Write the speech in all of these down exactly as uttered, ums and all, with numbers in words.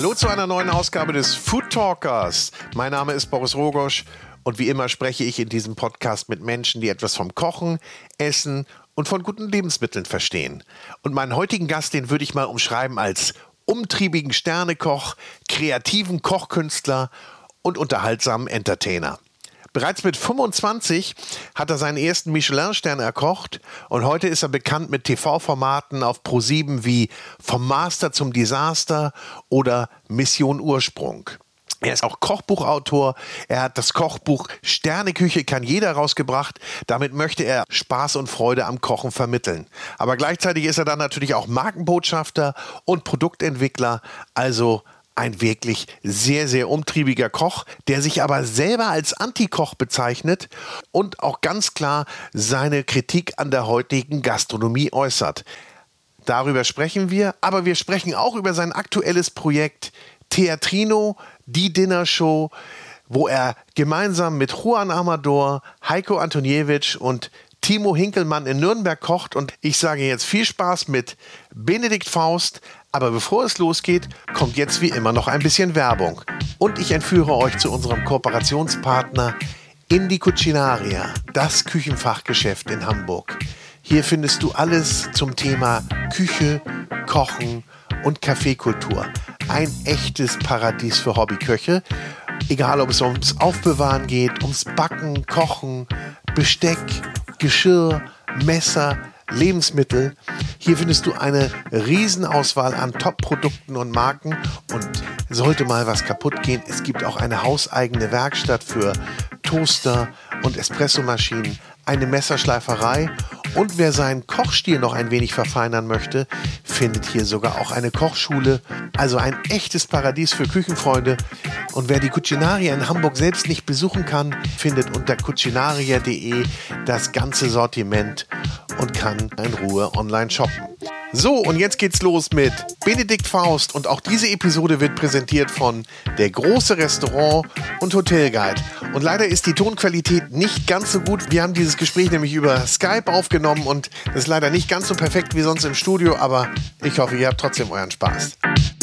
Hallo zu einer neuen Ausgabe des Food Talkers. Mein Name ist Boris Rogosch und wie immer spreche ich in diesem Podcast mit Menschen, die etwas vom Kochen, Essen und von guten Lebensmitteln verstehen. Und meinen heutigen Gast, den würde ich mal umschreiben als umtriebigen Sternekoch, kreativen Kochkünstler und unterhaltsamen Entertainer. Bereits mit fünfundzwanzig hat er seinen ersten Michelin-Stern erkocht und heute ist er bekannt mit T V-Formaten auf ProSieben wie Vom Master zum Desaster oder Mission Ursprung. Er ist auch Kochbuchautor, er hat das Kochbuch Sterneküche kann jeder rausgebracht. Damit möchte er Spaß und Freude am Kochen vermitteln. Aber gleichzeitig ist er dann natürlich auch Markenbotschafter und Produktentwickler, also ein wirklich sehr, sehr umtriebiger Koch, der sich aber selber als Antikoch bezeichnet und auch ganz klar seine Kritik an der heutigen Gastronomie äußert. Darüber sprechen wir, aber wir sprechen auch über sein aktuelles Projekt Teatrino, die Dinnershow, wo er gemeinsam mit Juan Amador, Heiko Antoniewicz und Timo Hinkelmann in Nürnberg kocht. Und ich sage jetzt viel Spaß mit Benedikt Faust. Aber bevor es losgeht, kommt jetzt wie immer noch ein bisschen Werbung. Und ich entführe euch zu unserem Kooperationspartner Indie Cucinaria, das Küchenfachgeschäft in Hamburg. Hier findest du alles zum Thema Küche, Kochen und Kaffeekultur. Ein echtes Paradies für Hobbyköche. Egal, ob es ums Aufbewahren geht, ums Backen, Kochen, Besteck, Geschirr, Messer, Lebensmittel. Hier findest du eine Riesenauswahl an Top-Produkten und Marken und sollte mal was kaputt gehen, es gibt auch eine hauseigene Werkstatt für Toaster und Espressomaschinen, eine Messerschleiferei und wer seinen Kochstil noch ein wenig verfeinern möchte, findet hier sogar auch eine Kochschule. Also ein echtes Paradies für Küchenfreunde. Und wer die Cucinaria in Hamburg selbst nicht besuchen kann, findet unter cucinaria punkt de das ganze Sortiment und kann in Ruhe online shoppen. So, und jetzt geht's los mit Benedikt Faust und auch diese Episode wird präsentiert von der große Restaurant und Hotelguide. Und leider ist die Tonqualität nicht ganz so gut. Wir haben dieses Gespräch nämlich über Skype aufgenommen und das ist leider nicht ganz so perfekt wie sonst im Studio, aber ich hoffe, ihr habt trotzdem euren Spaß.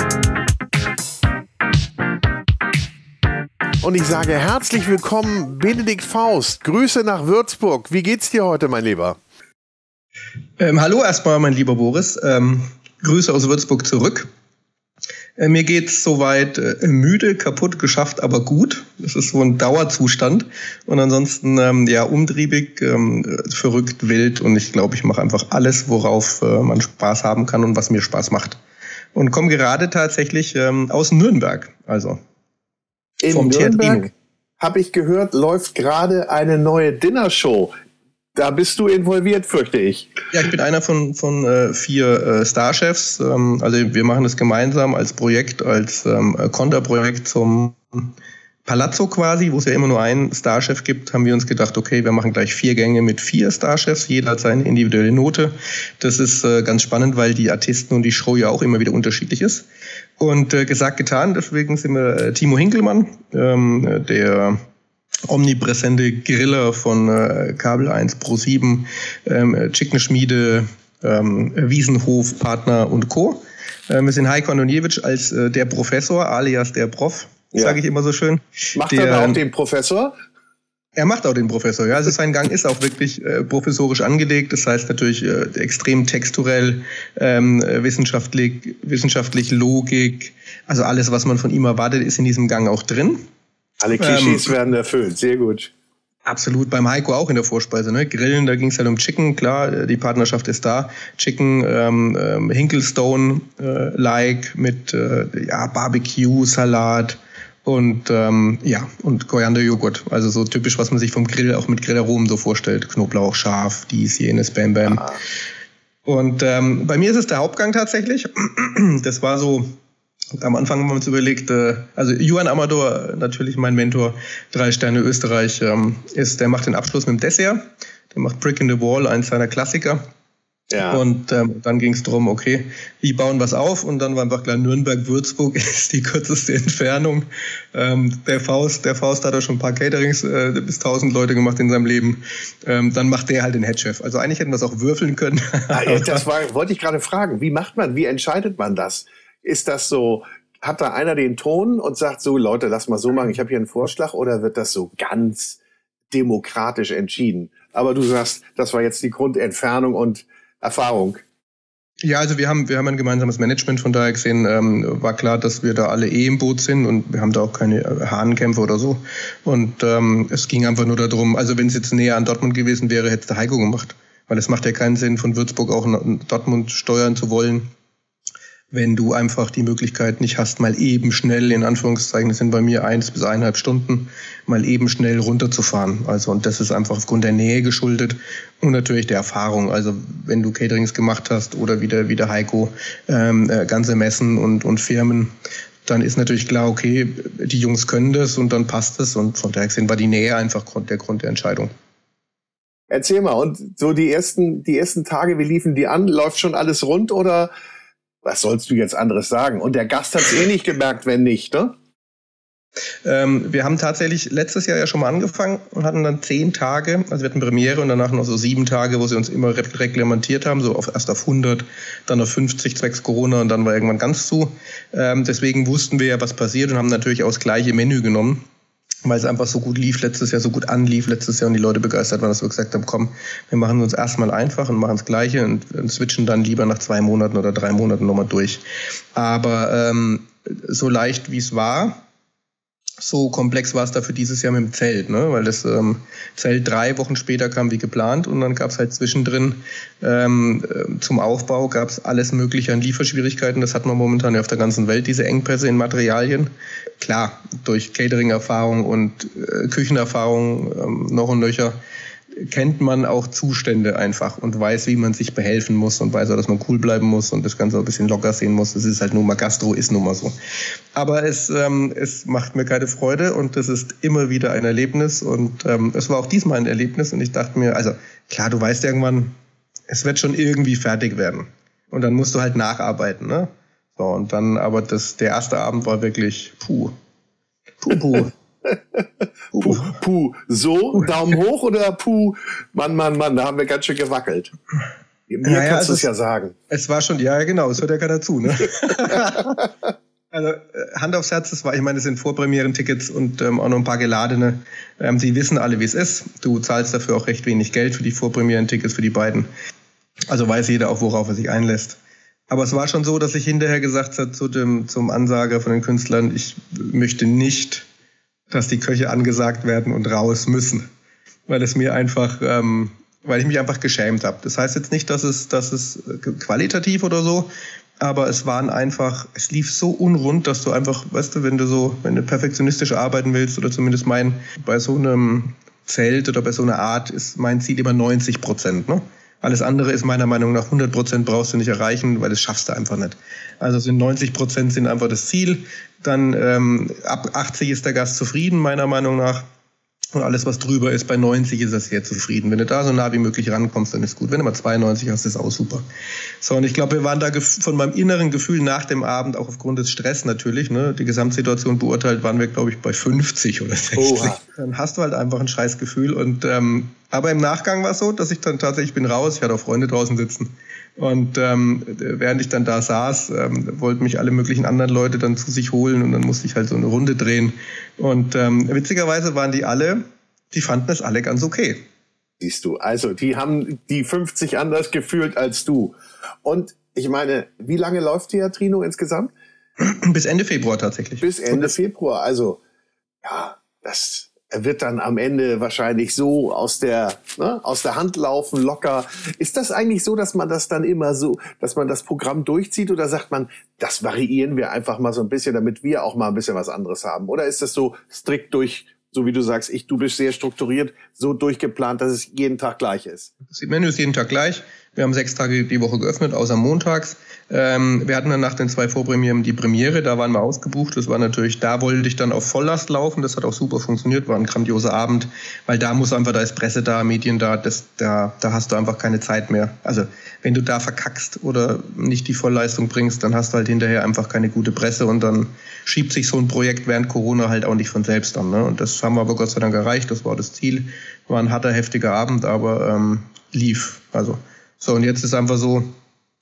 Und ich sage herzlich willkommen, Benedikt Faust. Grüße nach Würzburg. Wie geht's dir heute, mein Lieber? Ähm, hallo erstmal, mein lieber Boris. Ähm, Grüße aus Würzburg zurück. Äh, mir geht's soweit äh, müde, kaputt, geschafft, aber gut. Das ist so ein Dauerzustand. Und ansonsten ähm, ja umtriebig, ähm, verrückt, wild. Und ich glaube, ich mache einfach alles, worauf äh, man Spaß haben kann und was mir Spaß macht. Und komme gerade tatsächlich ähm, aus Nürnberg. Also in vom Nürnberg, habe ich gehört, läuft gerade eine neue Dinnershow. Da bist du involviert, fürchte ich. Ja, ich bin einer von, von äh, vier äh, Starchefs. Ähm, also wir machen das gemeinsam als Projekt, als ähm, Konterprojekt zum Palazzo quasi, wo es ja immer nur einen Starchef gibt, haben wir uns gedacht, okay, wir machen gleich vier Gänge mit vier Starchefs, jeder hat seine individuelle Note. Das ist äh, ganz spannend, weil die Artisten und die Show ja auch immer wieder unterschiedlich ist. Und äh, gesagt, getan, deswegen sind wir äh, Timo Hinkelmann, ähm, der omnipräsente Griller von äh, Kabel eins, ProSieben, ähm, Chicken Schmiede, ähm, Wiesenhof, Partner und Co. Ähm, wir sind Heiko Antoniewicz als äh, der Professor, alias der Prof, ja. Sage ich immer so schön. Macht der, er da auch den Professor? Er macht auch den Professor, ja. Also sein Gang ist auch wirklich äh, professorisch angelegt. Das heißt natürlich äh, extrem texturell, ähm, wissenschaftlich, wissenschaftlich Logik. Also alles, was man von ihm erwartet, ist in diesem Gang auch drin. Alle Klischees ähm, werden erfüllt, sehr gut. Absolut, beim Heiko auch in der Vorspeise. Ne? Grillen, da ging es halt um Chicken, klar, die Partnerschaft ist da. Chicken, ähm, ähm, Hinkelstone-like äh, mit äh, ja, Barbecue, Salat und ähm, ja und Korianderjoghurt. Also so typisch, was man sich vom Grill auch mit Grillaromen so vorstellt. Knoblauch, scharf, dies, jenes, bam, bam. Ah. Und ähm, bei mir ist es der Hauptgang tatsächlich. Das war so... Am Anfang haben wir uns überlegt, äh, also Juan Amador, natürlich mein Mentor, drei Sterne Österreich, ähm, ist, der macht den Abschluss mit dem Dessert, der macht Brick in the Wall, eins seiner Klassiker. Ja. Und ähm, dann ging es darum, okay, die bauen was auf und dann war einfach klar, Nürnberg-Würzburg ist die kürzeste Entfernung. Ähm, der Faust, der Faust hat ja schon ein paar Caterings äh, bis tausend Leute gemacht in seinem Leben. Ähm, dann macht der halt den Headchef. Also eigentlich hätten wir es auch würfeln können. Ah, das war, wollte ich gerade fragen, wie macht man, wie entscheidet man das? Ist das so, Hat da einer den Ton und sagt so, Leute, lass mal so machen, ich habe hier einen Vorschlag, oder wird das so ganz demokratisch entschieden? Aber du sagst, das war jetzt die Grundentfernung und Erfahrung. Ja, also wir haben wir haben ein gemeinsames Management, von daher gesehen ähm, war klar, dass wir da alle eh im Boot sind und wir haben da auch keine Hahnkämpfe oder so. Und ähm, es ging einfach nur darum, also wenn es jetzt näher an Dortmund gewesen wäre, hätte es der Heiko gemacht. Weil es macht ja keinen Sinn, von Würzburg auch nach Dortmund steuern zu wollen, wenn du einfach die Möglichkeit nicht hast, mal eben schnell, in Anführungszeichen, das sind bei mir eins bis eineinhalb Stunden, mal eben schnell runterzufahren. Also, und das ist einfach aufgrund der Nähe geschuldet und natürlich der Erfahrung. Also, wenn du Caterings gemacht hast oder wie der, wie der Heiko, ähm, äh, ganze Messen und, und Firmen, dann ist natürlich klar, okay, die Jungs können das und dann passt es, und von daher gesehen war die Nähe einfach Grund, der Grund der Entscheidung. Erzähl mal, und so die ersten, die ersten Tage, wie liefen die an? Läuft schon alles rund, oder was sollst du jetzt anderes sagen? Und der Gast hat es eh nicht gemerkt, wenn nicht, ne? Ähm, wir haben tatsächlich letztes Jahr ja schon mal angefangen und hatten dann zehn Tage, also wir hatten Premiere und danach noch so sieben Tage, wo sie uns immer reglementiert haben, so auf, erst auf hundert, dann auf fünfzig zwecks Corona und dann war irgendwann ganz zu. Ähm, deswegen wussten wir ja, was passiert und haben natürlich auch das gleiche Menü genommen, weil es einfach so gut lief letztes Jahr, so gut anlief letztes Jahr und die Leute begeistert waren, dass wir gesagt haben, komm, wir machen uns erstmal einfach und machen das Gleiche und, und switchen dann lieber nach zwei Monaten oder drei Monaten nochmal durch. Aber ähm, so leicht wie es war, so komplex war es dafür dieses Jahr mit dem Zelt, ne? Weil das ähm, Zelt drei Wochen später kam wie geplant und dann gab es halt zwischendrin ähm, zum Aufbau gab es alles Mögliche an Lieferschwierigkeiten. Das hat man momentan ja auf der ganzen Welt, diese Engpässe in Materialien. Klar, durch Catering-Erfahrung und äh, Küchenerfahrung ähm, noch und nöcher kennt man auch Zustände einfach und weiß, wie man sich behelfen muss und weiß auch, dass man cool bleiben muss und das Ganze auch ein bisschen locker sehen muss. Das ist halt nun mal Gastro, ist nun mal so. Aber es, ähm, es macht mir keine Freude und das ist immer wieder ein Erlebnis und ähm, es war auch diesmal ein Erlebnis und ich dachte mir, also klar, du weißt irgendwann, es wird schon irgendwie fertig werden und dann musst du halt nacharbeiten, ne? So, und dann, aber das, der erste Abend war wirklich puh, puh, puh. Puh, puh, so, puh. Daumen hoch oder puh, Mann, Mann, Mann, da haben wir ganz schön gewackelt. Mir naja, kannst du es ja sagen. Es war schon, ja genau, es hört ja keiner zu, ne? Also Hand aufs Herz, das war, ich meine, es sind Vorpremieren-Tickets und ähm, auch noch ein paar geladene. Ähm, sie wissen alle, wie es ist. Du zahlst dafür auch recht wenig Geld für die Vorpremieren-Tickets für die beiden. Also weiß jeder auch, worauf er sich einlässt. Aber es war schon so, dass ich hinterher gesagt habe zu dem, zum Ansager von den Künstlern, ich möchte nicht, dass die Köche angesagt werden und raus müssen, weil es mir einfach, ähm, weil ich mich einfach geschämt habe. Das heißt jetzt nicht, dass es, dass es qualitativ oder so, aber es waren einfach, es lief so unrund, dass du einfach, weißt du, wenn du so, wenn du perfektionistisch arbeiten willst oder zumindest mein, bei so einem Zelt oder bei so einer Art ist mein Ziel immer neunzig Prozent, ne? Alles andere ist meiner Meinung nach hundert Prozent brauchst du nicht erreichen, weil das schaffst du einfach nicht. Also sind neunzig Prozent sind einfach das Ziel. Dann ähm, ab achtzig ist der Gast zufrieden, meiner Meinung nach. Und alles, was drüber ist, bei neunzig ist er sehr zufrieden. Wenn du da so nah wie möglich rankommst, dann ist gut. Wenn du mal zweiundneunzig hast, ist auch super. So, und ich glaube, wir waren da von meinem inneren Gefühl nach dem Abend, auch aufgrund des Stress natürlich, ne, die Gesamtsituation beurteilt, waren wir, glaube ich, bei fünfzig oder sechzig. Oha. Dann hast du halt einfach ein scheiß Gefühl. Und, ähm, aber im Nachgang war es so, dass ich dann tatsächlich bin raus, ich hatte auch Freunde draußen sitzen. Und ähm, während ich dann da saß, ähm, wollten mich alle möglichen anderen Leute dann zu sich holen und dann musste ich halt so eine Runde drehen. Und ähm, witzigerweise waren die alle, die fanden es alle ganz okay. Siehst du, also die haben die fünfzig anders gefühlt als du. Und ich meine, wie lange läuft die Trino insgesamt? Bis Ende Februar tatsächlich. Bis Ende Februar, also ja, das wird dann am Ende wahrscheinlich so aus der, ne, aus der Hand laufen, locker. Ist das eigentlich so, dass man das dann immer so, dass man das Programm durchzieht oder sagt man, das variieren wir einfach mal so ein bisschen, damit wir auch mal ein bisschen was anderes haben? Oder ist das so strikt durch, so wie du sagst, ich, du bist sehr strukturiert, so durchgeplant, dass es jeden Tag gleich ist? Das Menü ist jeden Tag gleich. Wir haben sechs Tage die Woche geöffnet, außer montags. Ähm, wir hatten dann nach den zwei Vorpremieren die Premiere, da waren wir ausgebucht. Das war natürlich, da wollte ich dann auf Volllast laufen. Das hat auch super funktioniert, war ein grandioser Abend, weil da muss einfach, da ist Presse da, Medien da, das, da, da hast du einfach keine Zeit mehr. Also wenn du da verkackst oder nicht die Vollleistung bringst, dann hast du halt hinterher einfach keine gute Presse und dann schiebt sich so ein Projekt während Corona halt auch nicht von selbst an, ne? Und das haben wir aber Gott sei Dank erreicht, das war das Ziel. War ein harter, heftiger Abend, aber ähm, lief, also. So, und jetzt ist einfach so,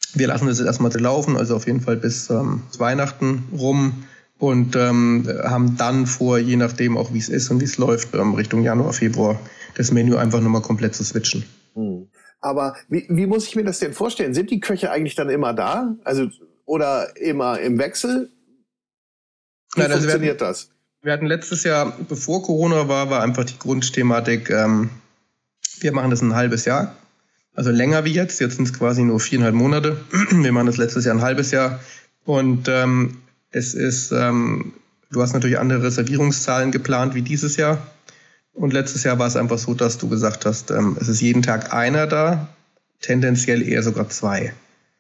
Wir lassen das jetzt erstmal laufen, also auf jeden Fall bis ähm, Weihnachten rum und ähm, haben dann vor, je nachdem auch wie es ist und wie es läuft, ähm, Richtung Januar, Februar das Menü einfach nochmal komplett zu switchen. Hm. Aber wie, wie muss ich mir das denn vorstellen? Sind die Köche eigentlich dann immer da? Also oder immer im Wechsel? Wie Nein, also funktioniert wir hatten, das? Wir hatten letztes Jahr, bevor Corona war, war einfach die Grundthematik, ähm, wir machen das ein halbes Jahr. Also länger wie jetzt. Jetzt sind es quasi nur viereinhalb Monate. Wir machen das letztes Jahr ein halbes Jahr. Und ähm, es ist, ähm, du hast natürlich andere Reservierungszahlen geplant wie dieses Jahr. Und letztes Jahr war es einfach so, dass du gesagt hast, ähm, es ist jeden Tag einer da, tendenziell eher sogar zwei.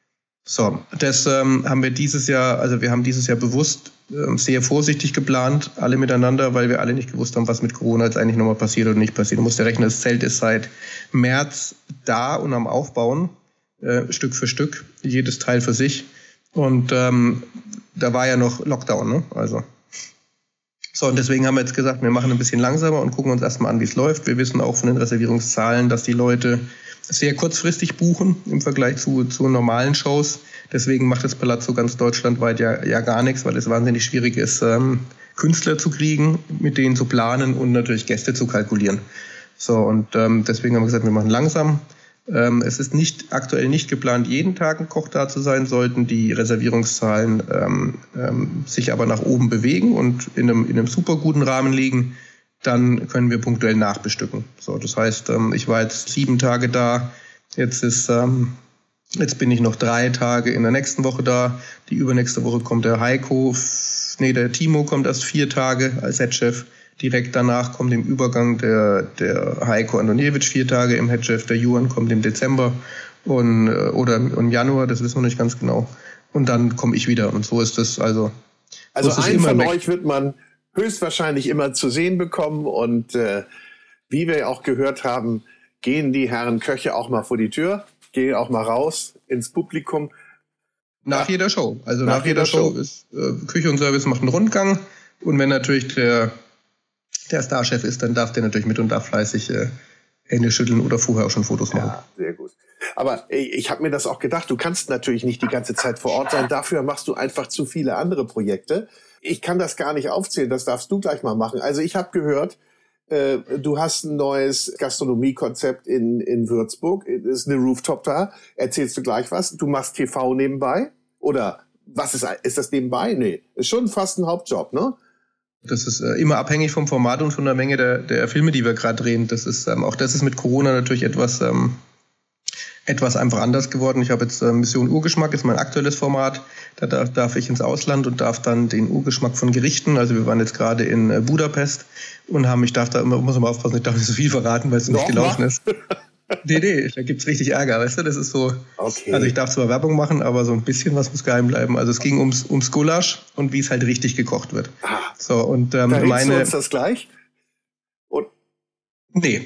So, das ähm, haben wir dieses Jahr, also wir haben dieses Jahr bewusst ähm, sehr vorsichtig geplant, alle miteinander, weil wir alle nicht gewusst haben, was mit Corona jetzt eigentlich nochmal passiert oder nicht passiert. Du musst ja rechnen, das Zelt ist seit März da und am Aufbauen, äh, Stück für Stück, jedes Teil für sich. Und ähm, da war ja noch Lockdown, ne? Also. So, und deswegen haben wir jetzt gesagt, wir machen ein bisschen langsamer und gucken uns erstmal an, wie es läuft. Wir wissen auch von den Reservierungszahlen, dass die Leute sehr kurzfristig buchen im Vergleich zu, zu normalen Shows. Deswegen macht das Palazzo ganz deutschlandweit ja, ja gar nichts, weil es wahnsinnig schwierig ist, ähm, Künstler zu kriegen, mit denen zu planen und natürlich Gäste zu kalkulieren. So, und ähm, deswegen haben wir gesagt, wir machen langsam. Ähm, es ist nicht aktuell nicht geplant, jeden Tag ein Koch da zu sein, sollten die Reservierungszahlen ähm, ähm, sich aber nach oben bewegen und in einem, in einem super guten Rahmen liegen, dann können wir punktuell nachbestücken. So, das heißt, ähm, ich war jetzt sieben Tage da, jetzt ist, ähm, jetzt bin ich noch drei Tage in der nächsten Woche da. Die übernächste Woche kommt der Heiko, nee, der Timo kommt erst vier Tage als Headchef. Direkt danach kommt im Übergang der, der Heiko Antoniewicz vier Tage im Headchef. Der Juan kommt im Dezember und, oder im Januar, das wissen wir nicht ganz genau. Und dann komme ich wieder. Und so ist das also. Also so einen von euch wird man höchstwahrscheinlich immer zu sehen bekommen. Und äh, wie wir auch gehört haben, gehen die Herren Köche auch mal vor die Tür, gehen auch mal raus ins Publikum. Nach ja. jeder Show. Also nach, nach jeder, jeder Show, Show ist äh, Küche und Service macht einen Rundgang. Und wenn natürlich der der Starchef ist, dann darf der natürlich mit und darf fleißig äh, Hände schütteln oder vorher auch schon Fotos machen. Ja, sehr gut. Aber ich, ich habe mir das auch gedacht, du kannst natürlich nicht die ganze Zeit vor Ort sein, dafür machst du einfach zu viele andere Projekte. Ich kann das gar nicht aufzählen, das darfst du gleich mal machen. Also ich habe gehört, äh, du hast ein neues Gastronomiekonzept in, in Würzburg, es ist eine Rooftop da, erzählst du gleich was? Du machst T V nebenbei? Oder was ist, ist das nebenbei? Nee, ist schon fast ein Hauptjob, ne? Das ist äh, immer abhängig vom Format und von der Menge der, der Filme, die wir gerade drehen. Das ist ähm, auch das ist mit Corona natürlich etwas ähm, etwas einfach anders geworden. Ich habe jetzt äh, Mission Urgeschmack, ist mein aktuelles Format. Da darf, darf ich ins Ausland und darf dann den Urgeschmack von Gerichten. Also wir waren jetzt gerade in äh, Budapest und haben, ich darf da immer, muss immer aufpassen, ich darf nicht so viel verraten, weil es nicht gelaufen ist. Nee, nee, da gibt's richtig Ärger, weißt du, das ist so, okay. Also ich darf zwar Werbung machen, aber so ein bisschen was muss geheim bleiben. Also es ging ums, ums Gulasch und wie es halt richtig gekocht wird. Ah, so, und ähm, da meine... du uns das gleich? Und nee.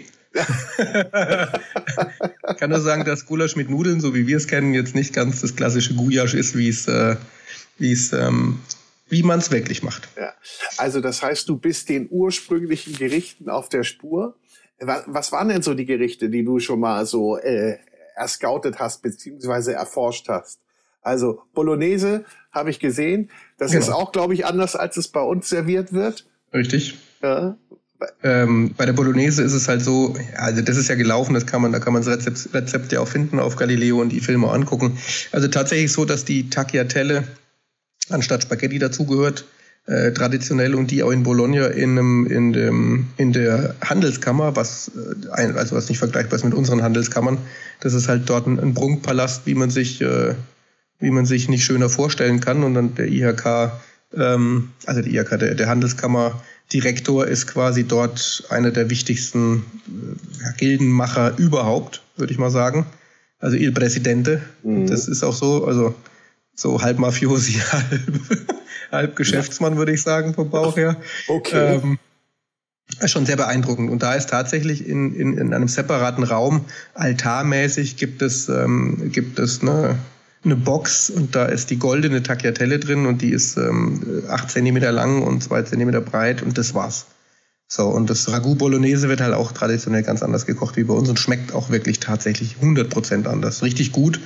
Ich kann nur sagen, dass Gulasch mit Nudeln, so wie wir es kennen, jetzt nicht ganz das klassische Gulasch ist, wie es, äh, wie es, ähm, wie man es wirklich macht. Ja. Also das heißt, du bist den ursprünglichen Gerichten auf der Spur. Was waren denn so die Gerichte, die du schon mal so äh, erscoutet hast, beziehungsweise erforscht hast? Also Bolognese habe ich gesehen. Das genau. ist auch, glaube ich, anders, als es bei uns serviert wird. Richtig. Ja. Ähm, bei der Bolognese ist es halt so, also das ist ja gelaufen, das kann man, da kann man das Rezept, Rezept ja auch finden auf Galileo und die Filme angucken. Also tatsächlich so, dass die Tagliatelle anstatt Spaghetti dazugehört. Äh, traditionell und die auch in Bologna in, einem, in, dem, in der Handelskammer, was äh, also was nicht vergleichbar ist mit unseren Handelskammern. Das ist halt dort ein, ein Prunkpalast, wie man sich äh, wie man sich nicht schöner vorstellen kann. Und dann der I H K, ähm, also der I H K, der, der Handelskammerdirektor ist quasi dort einer der wichtigsten äh, Gildenmacher überhaupt, würde ich mal sagen. Also Il Presidente. Mhm. Das ist auch so, also so halb Mafiosi, halb halb Geschäftsmann, würde ich sagen, vom Bauch her. Okay. Ähm, ist schon sehr beeindruckend. Und da ist tatsächlich in, in, in einem separaten Raum, altarmäßig, gibt es, ähm, gibt es eine, eine Box und da ist die goldene Tagliatelle drin und die ist ähm, acht Zentimeter lang und zwei Zentimeter breit und das war's. So, und das Ragout Bolognese wird halt auch traditionell ganz anders gekocht wie bei uns und schmeckt auch wirklich tatsächlich hundert Prozent anders. Richtig gut.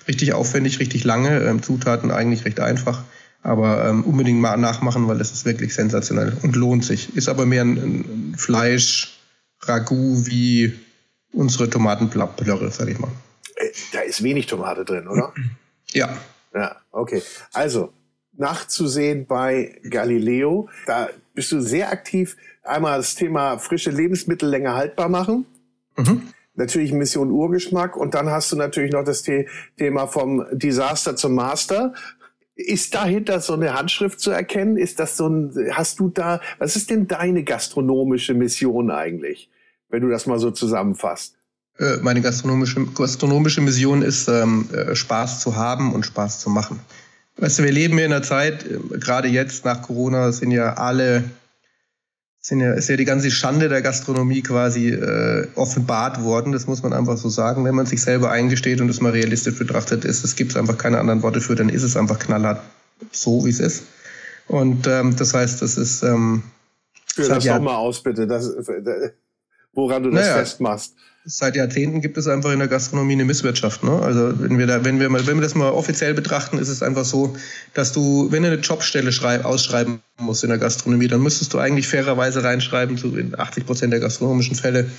richtig aufwendig, richtig lange, ähm, Zutaten eigentlich recht einfach. Aber ähm, unbedingt mal nachmachen, weil das ist wirklich sensationell und lohnt sich. Ist aber mehr ein, ein Fleisch-Ragout wie unsere Tomatenplörre, sag ich mal. Da ist wenig Tomate drin, oder? Ja. Ja, okay. Also, nachzusehen bei Galileo. Da bist du sehr aktiv. Einmal das Thema frische Lebensmittel länger haltbar machen. Mhm. Natürlich Mission Urgeschmack. Und dann hast du natürlich noch das The- Thema vom Desaster zum Master. Ist dahinter so eine Handschrift zu erkennen? Ist das so ein, hast du da, was ist denn deine gastronomische Mission eigentlich, wenn du das mal so zusammenfasst? Meine gastronomische, gastronomische Mission ist, ähm, Spaß zu haben und Spaß zu machen. Weißt du, wir leben hier in einer Zeit, gerade jetzt nach Corona sind ja alle, sind ja, ist ja die ganze Schande der Gastronomie quasi äh, offenbart worden. Das muss man einfach so sagen. Wenn man sich selber eingesteht und es mal realistisch betrachtet ist, es gibt einfach keine anderen Worte für, dann ist es einfach knallhart so, wie es ist. Und ähm, das heißt, das ist... Ähm, Führ das doch mal aus, bitte, das, woran du das naja, festmachst. Seit Jahrzehnten gibt es einfach in der Gastronomie eine Misswirtschaft. Ne? Also wenn wir da, wenn wir mal, wenn wir das mal offiziell betrachten, ist es einfach so, dass du, wenn du eine Jobstelle schreib, ausschreiben musst in der Gastronomie, dann müsstest du eigentlich fairerweise reinschreiben, so in achtzig Prozent der gastronomischen Fälle.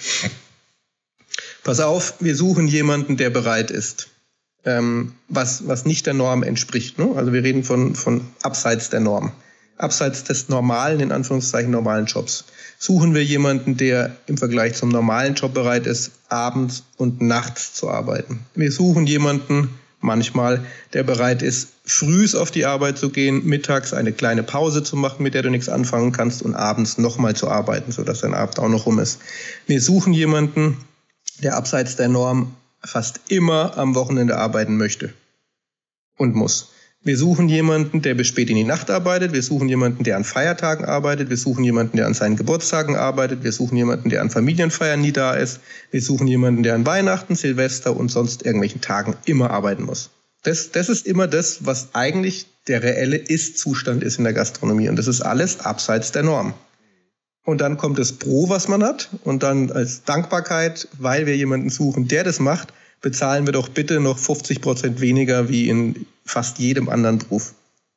Pass auf, wir suchen jemanden, der bereit ist, ähm, was was nicht der Norm entspricht. Ne? Also wir reden von von abseits der Norm, abseits des normalen, in Anführungszeichen normalen Jobs. Suchen wir jemanden, der im Vergleich zum normalen Job bereit ist, abends und nachts zu arbeiten. Wir suchen jemanden, manchmal, der bereit ist, frühs auf die Arbeit zu gehen, mittags eine kleine Pause zu machen, mit der du nichts anfangen kannst und abends nochmal zu arbeiten, sodass dein Abend auch noch rum ist. Wir suchen jemanden, der abseits der Norm fast immer am Wochenende arbeiten möchte und muss. Wir suchen jemanden, der bis spät in die Nacht arbeitet. Wir suchen jemanden, der an Feiertagen arbeitet. Wir suchen jemanden, der an seinen Geburtstagen arbeitet. Wir suchen jemanden, der an Familienfeiern nie da ist. Wir suchen jemanden, der an Weihnachten, Silvester und sonst irgendwelchen Tagen immer arbeiten muss. Das, das ist immer das, was eigentlich der reelle Ist-Zustand ist in der Gastronomie. Und das ist alles abseits der Norm. Und dann kommt das Pro, was man hat. Und dann als Dankbarkeit, weil wir jemanden suchen, der das macht, bezahlen wir doch bitte noch fünfzig Prozent weniger wie in fast jedem anderen Beruf.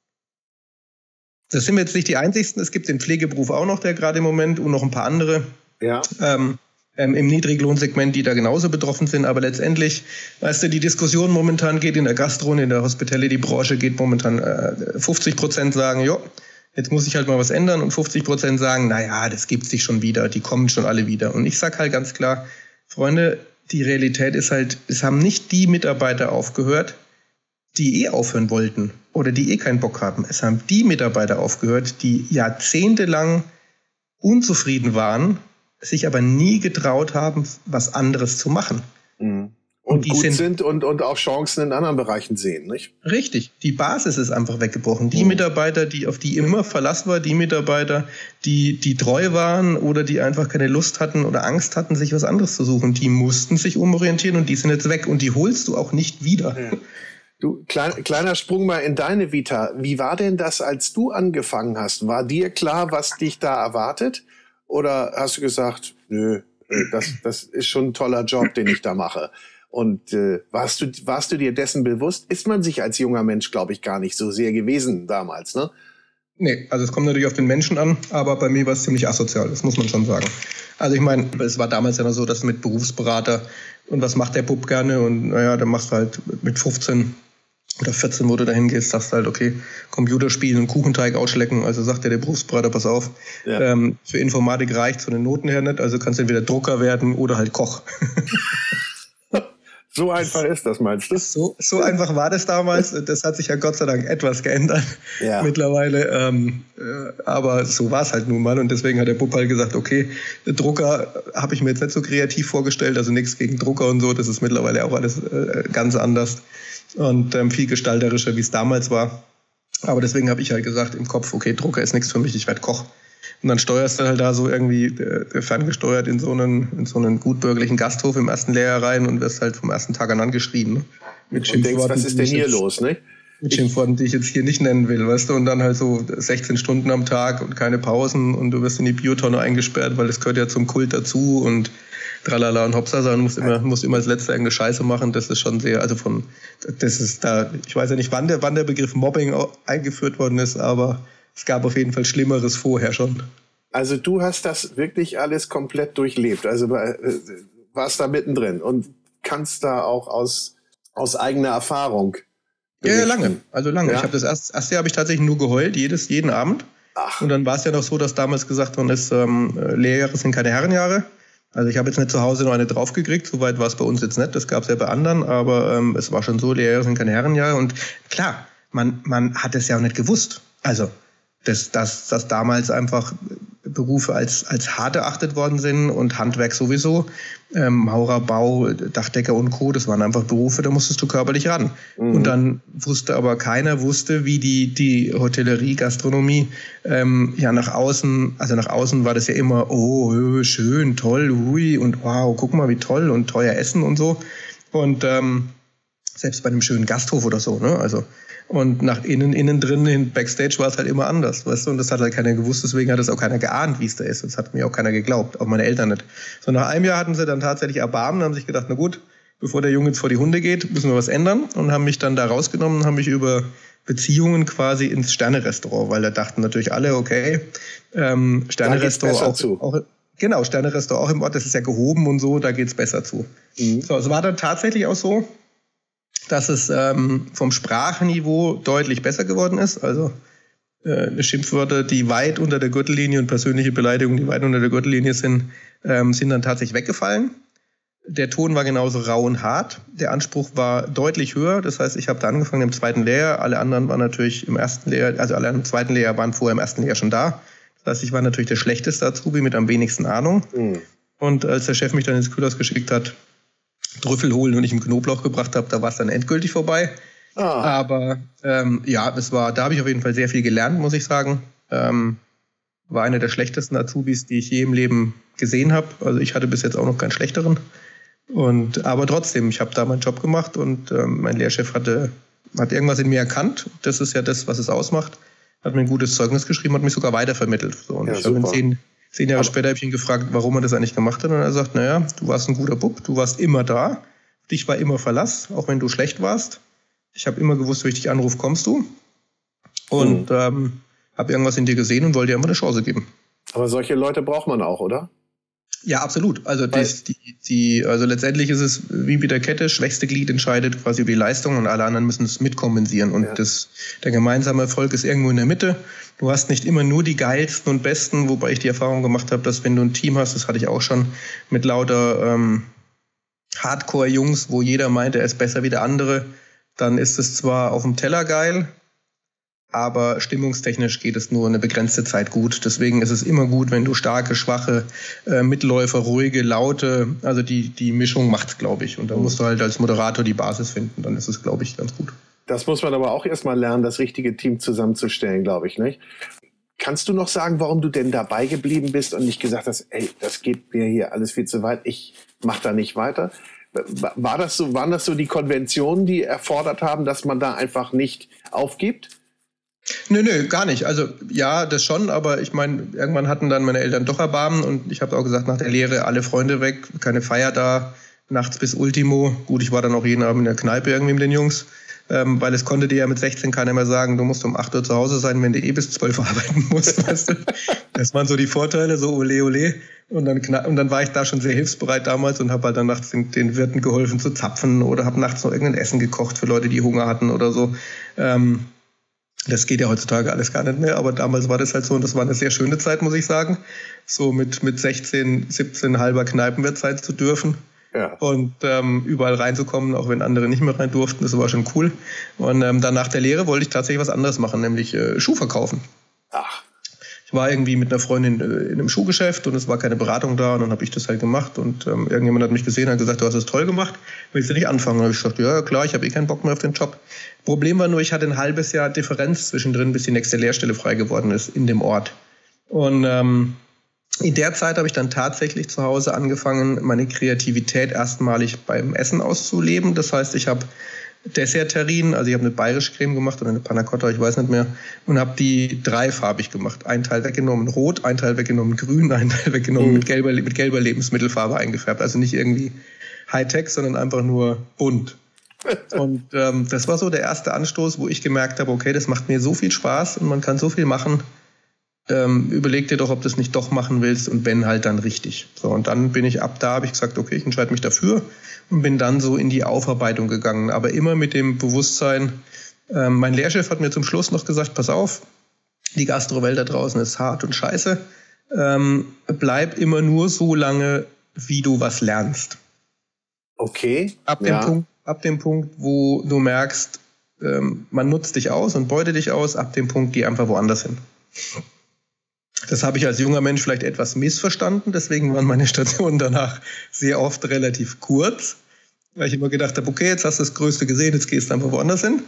Das sind wir jetzt nicht die Einzigsten. Es gibt den Pflegeberuf auch noch, der gerade im Moment und noch ein paar andere ja. ähm, ähm, im Niedriglohnsegment, die da genauso betroffen sind. Aber letztendlich, weißt du, die Diskussion momentan geht in der Gastro- und in der Hospitality-Branche geht momentan äh, fünfzig Prozent sagen, jo, jetzt muss ich halt mal was ändern und fünfzig Prozent sagen, naja, das gibt sich schon wieder, die kommen schon alle wieder. Und ich sag halt ganz klar, Freunde, die Realität ist halt, es haben nicht die Mitarbeiter aufgehört, die eh aufhören wollten oder die eh keinen Bock haben. Es haben die Mitarbeiter aufgehört, die jahrzehntelang unzufrieden waren, sich aber nie getraut haben, was anderes zu machen. Mhm. Und, und die gut sind, sind und, und auch Chancen in anderen Bereichen sehen, nicht? Richtig. Die Basis ist einfach weggebrochen. Die mhm. Mitarbeiter, die auf die immer Verlass war, die Mitarbeiter, die, die treu waren oder die einfach keine Lust hatten oder Angst hatten, sich was anderes zu suchen, die mussten sich umorientieren und die sind jetzt weg und die holst du auch nicht wieder. Ja. Du, klein, kleiner Sprung mal in deine Vita. Wie war denn das, als du angefangen hast? War dir klar, was dich da erwartet? Oder hast du gesagt, nö, das, das ist schon ein toller Job, den ich da mache? Und äh, warst du warst du dir dessen bewusst? Ist man sich als junger Mensch, glaube ich, gar nicht so sehr gewesen damals, ne? Nee, also es kommt natürlich auf den Menschen an, aber bei mir war es ziemlich asozial, das muss man schon sagen. Also ich meine, es war damals ja noch so, dass mit Berufsberater und was macht der Bub gerne und naja, dann machst du halt mit fünfzehn oder vierzehn, wo du dahin gehst, sagst du halt, okay, Computerspielen und Kuchenteig ausschlecken, also sagt dir der Berufsberater, pass auf, ja. ähm, für Informatik reicht von den Noten her nicht, also kannst du entweder Drucker werden oder halt Koch. So einfach ist das, meinst du? So, so einfach war das damals. Das hat sich ja Gott sei Dank etwas geändert ja. mittlerweile. Ähm, äh, aber so war es halt nun mal. Und deswegen hat der Bub halt gesagt, okay, Drucker habe ich mir jetzt nicht so kreativ vorgestellt. Also nichts gegen Drucker und so. Das ist mittlerweile auch alles äh, ganz anders und ähm, viel gestalterischer, wie es damals war. Aber deswegen habe ich halt gesagt im Kopf, okay, Drucker ist nichts für mich, ich werde Koch. Und dann steuerst du halt da so irgendwie äh, ferngesteuert in so einen, in so einen gutbürgerlichen Gasthof im ersten Lehrjahr rein und wirst halt vom ersten Tag an angeschrien. Ne? Mit und denkst, was ist denn hier jetzt, los, ne? Mit Schimpfworten, die ich jetzt hier nicht nennen will, weißt du? Und dann halt so sechzehn Stunden am Tag und keine Pausen und du wirst in die Biotonne eingesperrt, weil das gehört ja zum Kult dazu und Tralala und Hopsa, sondern musst immer, musst immer als Letzter irgendeine Scheiße machen. Das ist schon sehr, also von, das ist da, ich weiß ja nicht, wann der, wann der Begriff Mobbing eingeführt worden ist, aber es gab auf jeden Fall Schlimmeres vorher schon. Also du hast das wirklich alles komplett durchlebt, also äh, warst da mittendrin und kannst da auch aus, aus eigener Erfahrung berichten. Ja, lange, also lange. Ja. Ich habe das erst, erste Jahr habe ich tatsächlich nur geheult, jedes, jeden Abend. Ach. Und dann war es ja noch so, dass damals gesagt worden ist, ähm, Lehrjahre sind keine Herrenjahre. Also ich habe jetzt nicht zu Hause noch eine draufgekriegt, soweit war es bei uns jetzt nicht, das gab es ja bei anderen, aber ähm, es war schon so, Lehrjahre sind keine Herrenjahre. Und klar, man, man hat es ja auch nicht gewusst. Also, dass, dass, dass damals einfach Berufe als, als hart erachtet worden sind und Handwerk sowieso. Ähm, Maurer, Bau, Dachdecker und Co., das waren einfach Berufe, da musstest du körperlich ran. Mhm. Und dann wusste aber keiner, wusste, wie die, die Hotellerie, Gastronomie ähm, ja nach außen, also nach außen war das ja immer, oh, schön, toll, hui, und wow, guck mal, wie toll und teuer Essen und so. Und ähm, selbst bei einem schönen Gasthof oder so, ne, also und nach innen, innen drin, in Backstage war es halt immer anders, weißt du, und das hat halt keiner gewusst, deswegen hat es auch keiner geahnt, wie es da ist, das hat mir auch keiner geglaubt, auch meine Eltern nicht. So nach einem Jahr hatten sie dann tatsächlich Erbarmen, haben sich gedacht, na gut, bevor der Junge jetzt vor die Hunde geht, müssen wir was ändern und haben mich dann da rausgenommen, haben mich über Beziehungen quasi ins Sterne-Restaurant, weil da dachten natürlich alle, okay, ähm, Sterne-Restaurant auch, zu. auch, genau, Sterne-Restaurant auch im Ort, das ist ja gehoben und so, da geht's besser zu. Mhm. So, es war dann tatsächlich auch so, dass es ähm, vom Sprachniveau deutlich besser geworden ist. Also äh, Schimpfwörter, die weit unter der Gürtellinie und persönliche Beleidigungen, die weit unter der Gürtellinie sind, ähm, sind dann tatsächlich weggefallen. Der Ton war genauso rau und hart. Der Anspruch war deutlich höher. Das heißt, ich habe da angefangen im zweiten Lehrjahr. Alle anderen waren natürlich im ersten Lehrjahr, also alle im zweiten Lehrjahr waren vorher im ersten Lehrjahr schon da. Das heißt, ich war natürlich der schlechteste Azubi mit am wenigsten Ahnung. Mhm. Und als der Chef mich dann ins Kühlhaus geschickt hat, Trüffel holen und ich im Knoblauch gebracht habe, da war es dann endgültig vorbei. Ah. Aber ähm, ja, es war, da habe ich auf jeden Fall sehr viel gelernt, muss ich sagen. Ähm, war einer der schlechtesten Azubis, die ich je im Leben gesehen habe. Also ich hatte bis jetzt auch noch keinen schlechteren. Und aber trotzdem, ich habe da meinen Job gemacht und ähm, mein Lehrchef hatte hat irgendwas in mir erkannt. Das ist ja das, was es ausmacht. Hat mir ein gutes Zeugnis geschrieben, hat mich sogar weitervermittelt. So, und ja, ich habe ihn zehn Zehn Jahre aber später habe ich ihn gefragt, warum er das eigentlich gemacht hat. Und er sagt, naja, du warst ein guter Bub, du warst immer da. Dich war immer Verlass, auch wenn du schlecht warst. Ich habe immer gewusst, wenn ich dich anrufe, kommst du. Und mhm. ähm, habe irgendwas in dir gesehen und wollte dir immer eine Chance geben. Aber solche Leute braucht man auch, oder? Ja, absolut. Also, das, die, die, also letztendlich ist es wie bei der Kette, schwächste Glied entscheidet quasi über die Leistung und alle anderen müssen es mitkompensieren. Und ja. das, der gemeinsame Erfolg ist irgendwo in der Mitte. Du hast nicht immer nur die geilsten und besten, wobei ich die Erfahrung gemacht habe, dass wenn du ein Team hast, das hatte ich auch schon, mit lauter ähm, Hardcore-Jungs, wo jeder meint, er ist besser wie der andere, dann ist es zwar auf dem Teller geil, aber stimmungstechnisch geht es nur eine begrenzte Zeit gut. Deswegen ist es immer gut, wenn du starke, schwache, äh, Mitläufer, ruhige, laute, also die, die Mischung macht's, glaube ich. Und dann musst du halt als Moderator die Basis finden, dann ist es, glaube ich, ganz gut. Das muss man aber auch erstmal lernen, das richtige Team zusammenzustellen, glaube ich, nicht? Kannst du noch sagen, warum du denn dabei geblieben bist und nicht gesagt hast, ey, das geht mir hier alles viel zu weit, ich mach da nicht weiter? War das so, waren das so die Konventionen, die erfordert haben, dass man da einfach nicht aufgibt? Nö, nö, gar nicht. Also ja, das schon, aber ich meine, irgendwann hatten dann meine Eltern doch Erbarmen und ich habe auch gesagt, nach der Lehre alle Freunde weg, keine Feier da, nachts bis Ultimo. Gut, ich war dann auch jeden Abend in der Kneipe irgendwie mit den Jungs, ähm, weil es konnte dir ja mit sechzehn keiner mehr sagen, du musst um acht Uhr zu Hause sein, wenn du eh bis zwölf arbeiten musst, weißt du. Das waren so die Vorteile, so ole ole. Und dann, und dann war ich da schon sehr hilfsbereit damals und habe halt dann nachts den, den Wirten geholfen zu zapfen oder habe nachts noch irgendein Essen gekocht für Leute, die Hunger hatten oder so. Ähm, Das geht ja heutzutage alles gar nicht mehr, aber damals war das halt so und das war eine sehr schöne Zeit, muss ich sagen. So mit, mit sechzehn, siebzehn halber Kneipenwirt sein zu dürfen. Ja. Und ähm, überall reinzukommen, auch wenn andere nicht mehr rein durften, das war schon cool. Und ähm, dann nach der Lehre wollte ich tatsächlich was anderes machen, nämlich äh, Schuh verkaufen. Ach. Ich war irgendwie mit einer Freundin äh, in einem Schuhgeschäft und es war keine Beratung da und dann habe ich das halt gemacht und ähm, irgendjemand hat mich gesehen und hat gesagt, du hast das toll gemacht, willst du nicht anfangen? Und dann habe ich gesagt, ja klar, ich habe eh keinen Bock mehr auf den Job. Problem war nur, ich hatte ein halbes Jahr Differenz zwischendrin, bis die nächste Lehrstelle frei geworden ist in dem Ort. Und ähm, in der Zeit habe ich dann tatsächlich zu Hause angefangen, meine Kreativität erstmalig beim Essen auszuleben. Das heißt, ich habe Dessert-Terrinen, also ich habe eine bayerische Creme gemacht oder eine Panna Cotta, ich weiß nicht mehr, und habe die dreifarbig gemacht. Ein Teil weggenommen rot, ein Teil weggenommen grün, ein Teil weggenommen mhm. mit, gelber, mit gelber Lebensmittelfarbe eingefärbt. Also nicht irgendwie Hightech, sondern einfach nur bunt. Und ähm, das war so der erste Anstoß, wo ich gemerkt habe, okay, das macht mir so viel Spaß und man kann so viel machen. Ähm, überleg dir doch, ob du das nicht doch machen willst und wenn, halt dann richtig. So, und dann bin ich ab da, habe ich gesagt, okay, ich entscheide mich dafür und bin dann so in die Aufarbeitung gegangen. Aber immer mit dem Bewusstsein, ähm, mein Lehrchef hat mir zum Schluss noch gesagt, pass auf, die Gastrowelt da draußen ist hart und scheiße. Ähm, bleib immer nur so lange, wie du was lernst. Okay. Ab dem ja. Punkt, ab dem Punkt, wo du merkst, ähm, man nutzt dich aus und beutet dich aus, ab dem Punkt geh einfach woanders hin. Das habe ich als junger Mensch vielleicht etwas missverstanden, deswegen waren meine Stationen danach sehr oft relativ kurz, weil ich immer gedacht habe, okay, jetzt hast du das Größte gesehen, jetzt gehst du einfach woanders hin.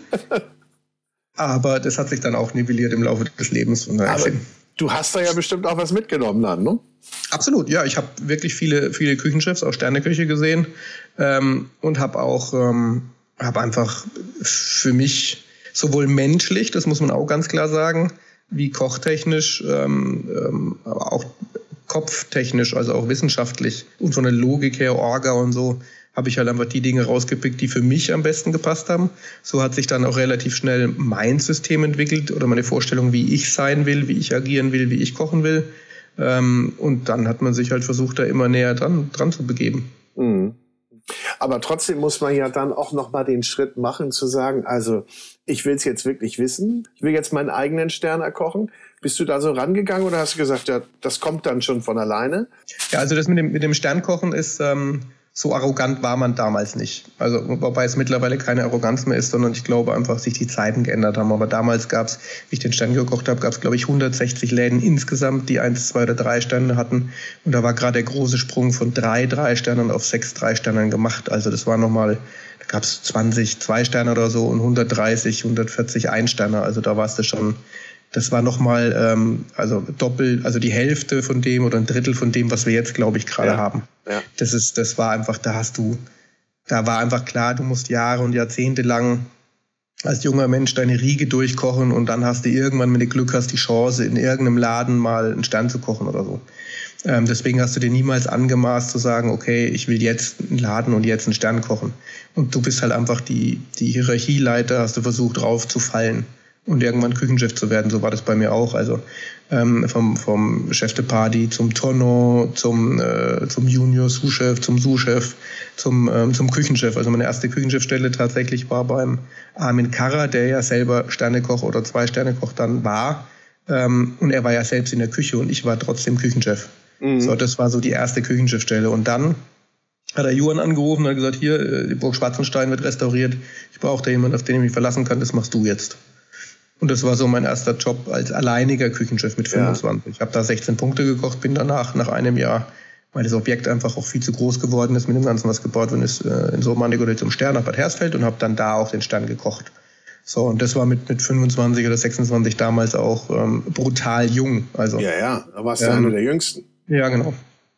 Aber das hat sich dann auch nivelliert im Laufe des Lebens. Und Aber du hast da ja bestimmt auch was mitgenommen dann, ne? Absolut, ja. Ich habe wirklich viele, viele Küchenchefs, auch Sterneküche gesehen ähm, und habe auch ähm, hab einfach für mich sowohl menschlich, das muss man auch ganz klar sagen, wie kochtechnisch, ähm, ähm, aber auch kopftechnisch, also auch wissenschaftlich und von der Logik her, Orga und so, habe ich halt einfach die Dinge rausgepickt, die für mich am besten gepasst haben. So hat sich dann auch relativ schnell mein System entwickelt oder meine Vorstellung, wie ich sein will, wie ich agieren will, wie ich kochen will. Ähm, und dann hat man sich halt versucht, da immer näher dran, dran zu begeben. Mhm. Aber trotzdem muss man ja dann auch noch mal den Schritt machen, zu sagen, also ich will es jetzt wirklich wissen, ich will jetzt meinen eigenen Stern erkochen. Bist du da so rangegangen oder hast du gesagt, ja, das kommt dann schon von alleine? Ja, also das mit dem, mit dem Sternkochen ist, ähm, so arrogant war man damals nicht. Also wobei es mittlerweile keine Arroganz mehr ist, sondern ich glaube einfach, sich die Zeiten geändert haben. Aber damals gab es, wie ich den Stern gekocht habe, gab es glaube ich hundertsechzig Läden insgesamt, die eins, zwei oder drei Sterne hatten. Und da war gerade der große Sprung von drei drei Sternen auf sechs drei Sternen gemacht. Also das war nochmal, da gab es zwanzig zwei Sterne oder so und hundertdreißig, hundertvierzig ein Sterne. Also da war es das schon. Das war nochmal ähm, also doppelt, also die Hälfte von dem oder ein Drittel von dem, was wir jetzt, glaube ich, gerade ja. haben. Ja. Das ist, das war einfach, da hast du, da war einfach klar, du musst Jahre und Jahrzehnte lang als junger Mensch deine Riege durchkochen und dann hast du irgendwann, wenn du Glück hast, die Chance, in irgendeinem Laden mal einen Stern zu kochen oder so. Ähm, deswegen hast du dir niemals angemaßt zu sagen, okay, ich will jetzt einen Laden und jetzt einen Stern kochen. Und du bist halt einfach die, die Hierarchieleiter, hast du versucht, raufzufallen und irgendwann Küchenchef zu werden. So war das bei mir auch. Also ähm, vom, vom Chef de Party zum Tonno, zum, äh, zum Junior Sous-Chef, zum Sous-Chef, zum, ähm, zum Küchenchef. Also meine erste Küchenchefstelle tatsächlich war beim Armin Karrer, der ja selber Sternekoch oder Zwei-Sternekoch dann war. Ähm, und er war ja selbst in der Küche und ich war trotzdem Küchenchef. Mhm. So, das war so die erste Küchenchefstelle. Und dann hat er Johann angerufen und hat gesagt, hier, die Burg Schwarzenstein wird restauriert. Ich brauche da jemanden, auf den ich mich verlassen kann. Das machst du jetzt. Und das war so mein erster Job als alleiniger Küchenchef mit fünfundzwanzig. Ja. Ich habe da sechzehn Punkte gekocht, bin danach nach einem Jahr, weil das Objekt einfach auch viel zu groß geworden ist mit dem Ganzen, was gebaut worden ist, in Somanik oder zum Stern nach Bad Hersfeld und habe dann da auch den Stern gekocht. So, und das war mit, mit fünfundzwanzig oder sechsundzwanzig damals auch ähm, brutal jung. Also, ja, ja, da warst du ähm, einer der Jüngsten. Ja, genau.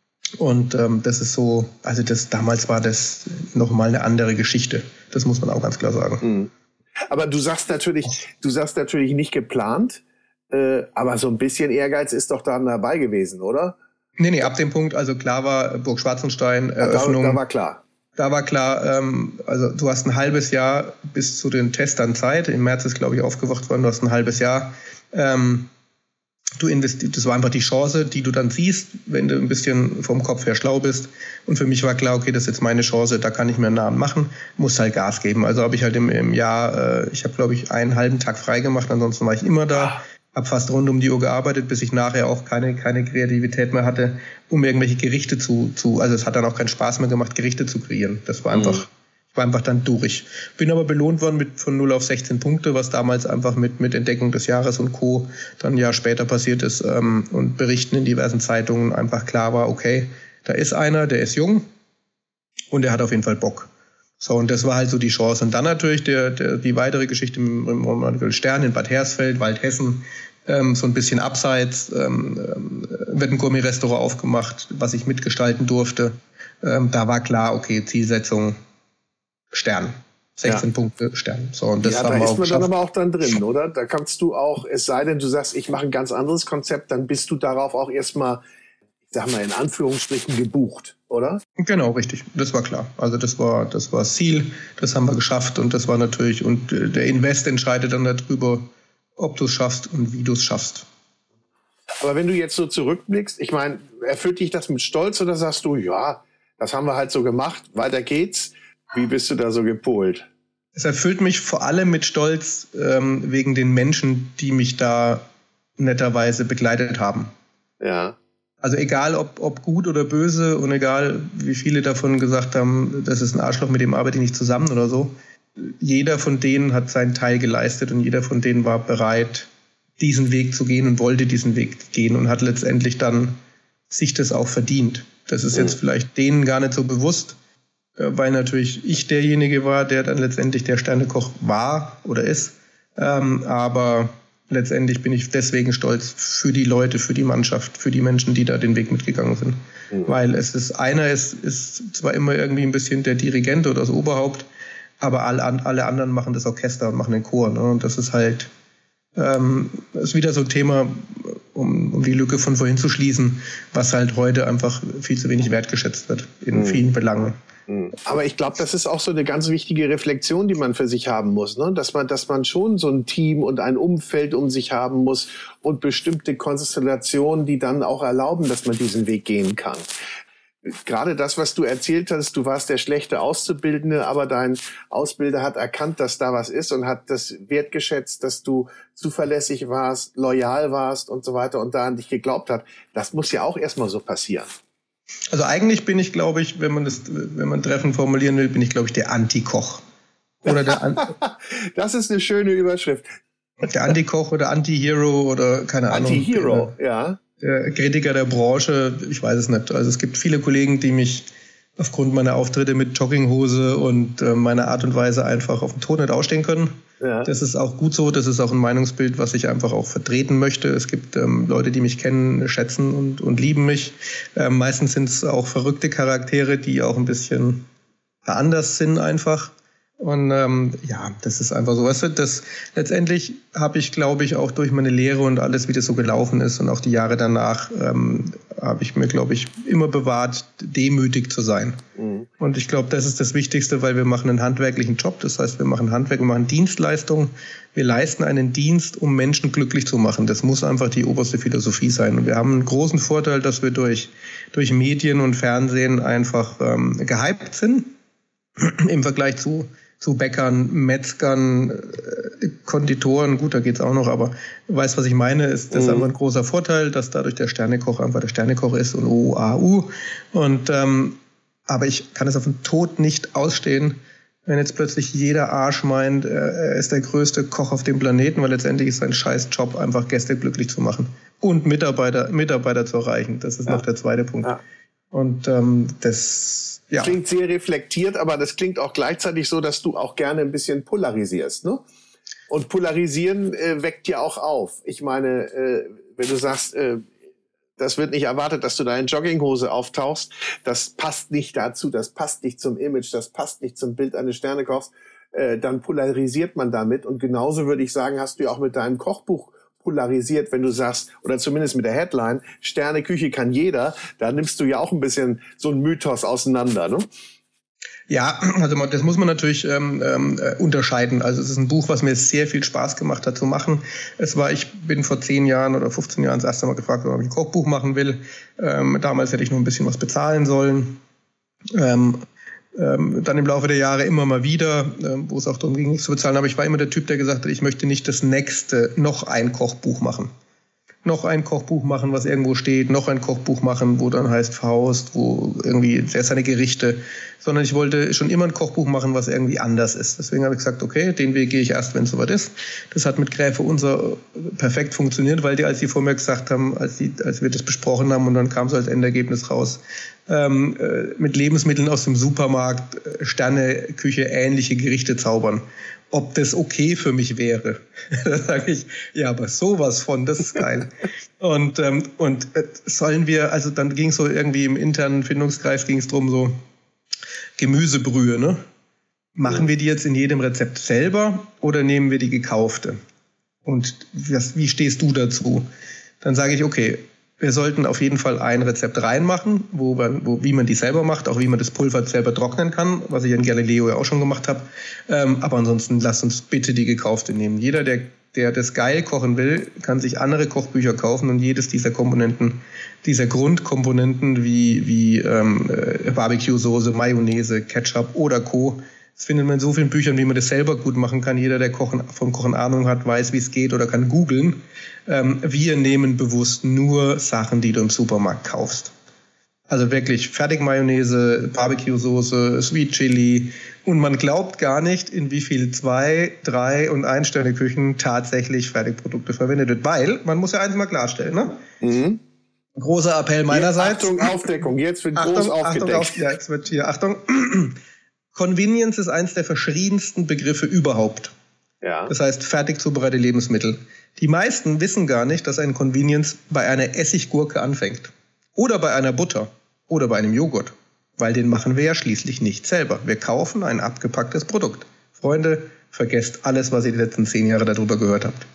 Und ähm, das ist so, also das damals war das nochmal eine andere Geschichte. Das muss man auch ganz klar sagen. Mhm. Aber du sagst natürlich, du sagst natürlich nicht geplant, äh, aber so ein bisschen Ehrgeiz ist doch dann dabei gewesen, oder? Nee, nee, ab dem Punkt, also klar war Burg Schwarzenstein, Eröffnung. Da, da war klar. Da war klar, ähm, also du hast ein halbes Jahr bis zu den Testern Zeit. Im März ist, glaube ich, aufgewacht worden, du hast ein halbes Jahr. Ähm, du investierst, das war einfach die Chance, die du dann siehst, wenn du ein bisschen vom Kopf her schlau bist. Und für mich war klar, okay, das ist jetzt meine Chance, da kann ich mir einen Namen machen, muss halt Gas geben. Also habe ich halt im, im Jahr, äh, ich habe, glaube ich, einen halben Tag frei gemacht, ansonsten war ich immer da, habe fast rund um die Uhr gearbeitet, bis ich nachher auch keine, keine Kreativität mehr hatte, um irgendwelche Gerichte zu, zu, also es hat dann auch keinen Spaß mehr gemacht, Gerichte zu kreieren. Das war einfach, mhm. ich war einfach dann durch. Bin aber belohnt worden mit von null auf sechzehn Punkte, was damals einfach mit, mit Entdeckung des Jahres und Co. dann ein Jahr später passiert ist, ähm, und Berichten in diversen Zeitungen einfach klar war, okay, da ist einer, der ist jung und der hat auf jeden Fall Bock. So, und das war halt so die Chance. Und dann natürlich der, der, die weitere Geschichte mit dem Stern in Bad Hersfeld, Waldhessen, ähm, so ein bisschen abseits, ähm, wird ein Gourmet-Restaurant aufgemacht, was ich mitgestalten durfte. Ähm, da war klar, okay, Zielsetzung Stern. sechzehn ja. Punkte Stern. So, und das ja, haben da wir ist auch man geschafft. dann aber auch dann drin, oder? Da kannst du auch, es sei denn, du sagst, ich mache ein ganz anderes Konzept, dann bist du darauf auch erstmal, ich sag mal in Anführungsstrichen, gebucht, oder? Genau, richtig. Das war klar. Also das war das war das Ziel, das haben wir geschafft und das war natürlich, und der Invest entscheidet dann darüber, ob du es schaffst und wie du es schaffst. Aber wenn du jetzt so zurückblickst, ich meine, erfüllt dich das mit Stolz oder sagst du, ja, das haben wir halt so gemacht, weiter geht's? Wie bist du da so gepolt? Es erfüllt mich vor allem mit Stolz ähm, wegen den Menschen, die mich da netterweise begleitet haben. Ja. Also egal ob, ob gut oder böse und egal wie viele davon gesagt haben, das ist ein Arschloch, mit dem arbeite ich nicht zusammen oder so. Jeder von denen hat seinen Teil geleistet und jeder von denen war bereit, diesen Weg zu gehen und wollte diesen Weg gehen und hat letztendlich dann sich das auch verdient. Das ist jetzt vielleicht denen gar nicht so bewusst, weil natürlich ich derjenige war, der dann letztendlich der Sternekoch war oder ist. Ähm, aber letztendlich bin ich deswegen stolz für die Leute, für die Mannschaft, für die Menschen, die da den Weg mitgegangen sind. Mhm. Weil es ist, einer ist, ist zwar immer irgendwie ein bisschen der Dirigent oder das Oberhaupt, aber alle, alle anderen machen das Orchester und machen den Chor. Ne? Und das ist halt, ähm, ist wieder so ein Thema, um, um die Lücke von vorhin zu schließen, was halt heute einfach viel zu wenig wertgeschätzt wird in mhm. vielen Belangen. Aber ich glaube, das ist auch so eine ganz wichtige Reflexion, die man für sich haben muss, ne? Dass man, dass man schon so ein Team und ein Umfeld um sich haben muss und bestimmte Konstellationen, die dann auch erlauben, dass man diesen Weg gehen kann. Gerade das, was du erzählt hast, du warst der schlechte Auszubildende, aber dein Ausbilder hat erkannt, dass da was ist und hat das wertgeschätzt, dass du zuverlässig warst, loyal warst und so weiter und da an dich geglaubt hat. Das muss ja auch erstmal so passieren. Also eigentlich bin ich, glaube ich, wenn man das, wenn man treffend formulieren will, bin ich, glaube ich, der Anti-Koch. Oder der An- Das ist eine schöne Überschrift. Der Anti-Koch oder Anti-Hero oder keine Ahnung. Anti-Hero, ja. Der Kritiker der Branche, ich weiß es nicht. Also es gibt viele Kollegen, die mich aufgrund meiner Auftritte mit Jogginghose und äh, meiner Art und Weise einfach auf dem Ton nicht ausstehen können. Ja. Das ist auch gut so, das ist auch ein Meinungsbild, was ich einfach auch vertreten möchte. Es gibt ähm, Leute, die mich kennen, schätzen und, und lieben mich. Ähm, meistens sind es auch verrückte Charaktere, die auch ein bisschen anders sind einfach. Und ähm, ja, das ist einfach so. Weißt du, das, letztendlich habe ich, glaube ich, auch durch meine Lehre und alles, wie das so gelaufen ist und auch die Jahre danach, ähm, habe ich mir, glaube ich, immer bewahrt, demütig zu sein. Mhm. Und ich glaube, das ist das Wichtigste, weil wir machen einen handwerklichen Job. Das heißt, wir machen Handwerk, wir machen Dienstleistungen. Wir leisten einen Dienst, um Menschen glücklich zu machen. Das muss einfach die oberste Philosophie sein. Und wir haben einen großen Vorteil, dass wir durch, durch Medien und Fernsehen einfach ähm, gehypt sind im Vergleich zu zu Bäckern, Metzgern, Konditoren, gut, da geht's auch noch, aber du weißt, was ich meine, ist das mhm. einfach ein großer Vorteil, dass dadurch der Sternekoch einfach der Sternekoch ist und O A U. Und ähm, aber ich kann es auf den Tod nicht ausstehen, wenn jetzt plötzlich jeder Arsch meint, er ist der größte Koch auf dem Planeten, weil letztendlich ist sein scheiß Job, einfach Gäste glücklich zu machen und Mitarbeiter, Mitarbeiter zu erreichen. Das ist ja. noch der zweite Punkt. Ja. Und ähm, das ja. klingt sehr reflektiert, aber das klingt auch gleichzeitig so, dass du auch gerne ein bisschen polarisierst, ne? Und polarisieren äh, weckt ja auch auf. Ich meine, äh, wenn du sagst, äh, das wird nicht erwartet, dass du da in Jogginghose auftauchst, das passt nicht dazu, das passt nicht zum Image, das passt nicht zum Bild eines Sternekochs, äh, dann polarisiert man damit. Und genauso würde ich sagen, hast du ja auch mit deinem Kochbuch polarisiert, wenn du sagst, oder zumindest mit der Headline, Sterneküche kann jeder, da nimmst du ja auch ein bisschen so einen Mythos auseinander, ne? Ja, also das muss man natürlich ähm, äh, unterscheiden. Also es ist ein Buch, was mir sehr viel Spaß gemacht hat zu machen. Es war, ich bin vor zehn Jahren oder fünfzehn Jahren das erste Mal gefragt, ob ich ein Kochbuch machen will. Ähm, damals hätte ich noch ein bisschen was bezahlen sollen. Ähm, ähm, dann im Laufe der Jahre immer mal wieder, ähm, wo es auch darum ging, nichts zu bezahlen. Aber ich war immer der Typ, der gesagt hat, ich möchte nicht das nächste, noch ein Kochbuch machen. Noch ein Kochbuch machen, was irgendwo steht, noch ein Kochbuch machen, wo dann heißt Faust, wo irgendwie der seine Gerichte, sondern ich wollte schon immer ein Kochbuch machen, was irgendwie anders ist. Deswegen habe ich gesagt, okay, den Weg gehe ich erst, wenn es soweit ist. Das hat mit Gräfe Unser perfekt funktioniert, weil die, als die vor mir gesagt haben, als, die, als wir das besprochen haben und dann kam so als Endergebnis raus, ähm, äh, mit Lebensmitteln aus dem Supermarkt äh, Sterneküche ähnliche Gerichte zaubern. Ob das okay für mich wäre. Da sage ich, ja, aber sowas von, das ist geil. und ähm, und äh, sollen wir, also dann ging es so irgendwie im internen Findungskreis, ging es drum so Gemüsebrühe, ne? machen wir die jetzt in jedem Rezept selber oder nehmen wir die gekaufte? Und was, wie stehst du dazu? Dann sage ich, okay, wir sollten auf jeden Fall ein Rezept reinmachen, wo man, wo, wie man die selber macht, auch wie man das Pulver selber trocknen kann, was ich in Galileo ja auch schon gemacht habe. Ähm, aber ansonsten lasst uns bitte die gekaufte nehmen. Jeder, der, der das geil kochen will, kann sich andere Kochbücher kaufen und jedes dieser Komponenten, dieser Grundkomponenten wie, wie ähm, Barbecue-Soße, Mayonnaise, Ketchup oder Co., das findet man in so vielen Büchern, wie man das selber gut machen kann. Jeder, der Kochen, vom Kochen Ahnung hat, weiß, wie es geht oder kann googeln. Ähm, wir nehmen bewusst nur Sachen, die du im Supermarkt kaufst. Also wirklich Fertigmayonnaise, Barbecue-Soße, Sweet Chili. Und man glaubt gar nicht, in wie viel Zwei-, Drei- und Ein-Sterne-Küchen tatsächlich Fertigprodukte verwendet wird. Weil, man muss ja eins mal klarstellen, ne? Mhm. Großer Appell meinerseits. Achtung, Aufdeckung, jetzt wird Achtung, groß aufgedeckt. Achtung, auf, ja, jetzt wird hier, Achtung. Convenience ist eins der verschriedensten Begriffe überhaupt. Ja. Das heißt, fertig zubereitete Lebensmittel. Die meisten wissen gar nicht, dass ein Convenience bei einer Essiggurke anfängt. Oder bei einer Butter. Oder bei einem Joghurt. Weil den machen wir ja schließlich nicht selber. Wir kaufen ein abgepacktes Produkt. Freunde, vergesst alles, was ihr die letzten zehn Jahre darüber gehört habt.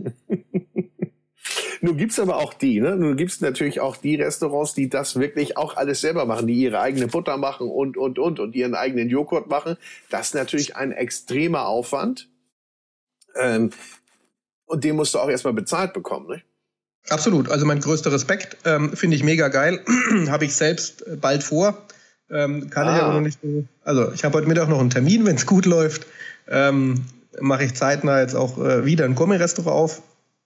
Nun gibt's aber auch die, ne? Nun gibt's natürlich auch die Restaurants, die das wirklich auch alles selber machen, die ihre eigene Butter machen und, und, und, und ihren eigenen Joghurt machen. Das ist natürlich ein extremer Aufwand. Ähm, und den musst du auch erstmal bezahlt bekommen, ne? Absolut. Also mein größter Respekt, ähm, finde ich mega geil. Habe ich selbst bald vor. Ähm, kann ah. ich aber noch nicht so. Also ich habe heute Mittag noch einen Termin, wenn es gut läuft. Ähm, mache ich zeitnah jetzt auch äh, wieder ein Gourmet-Restaurant auf.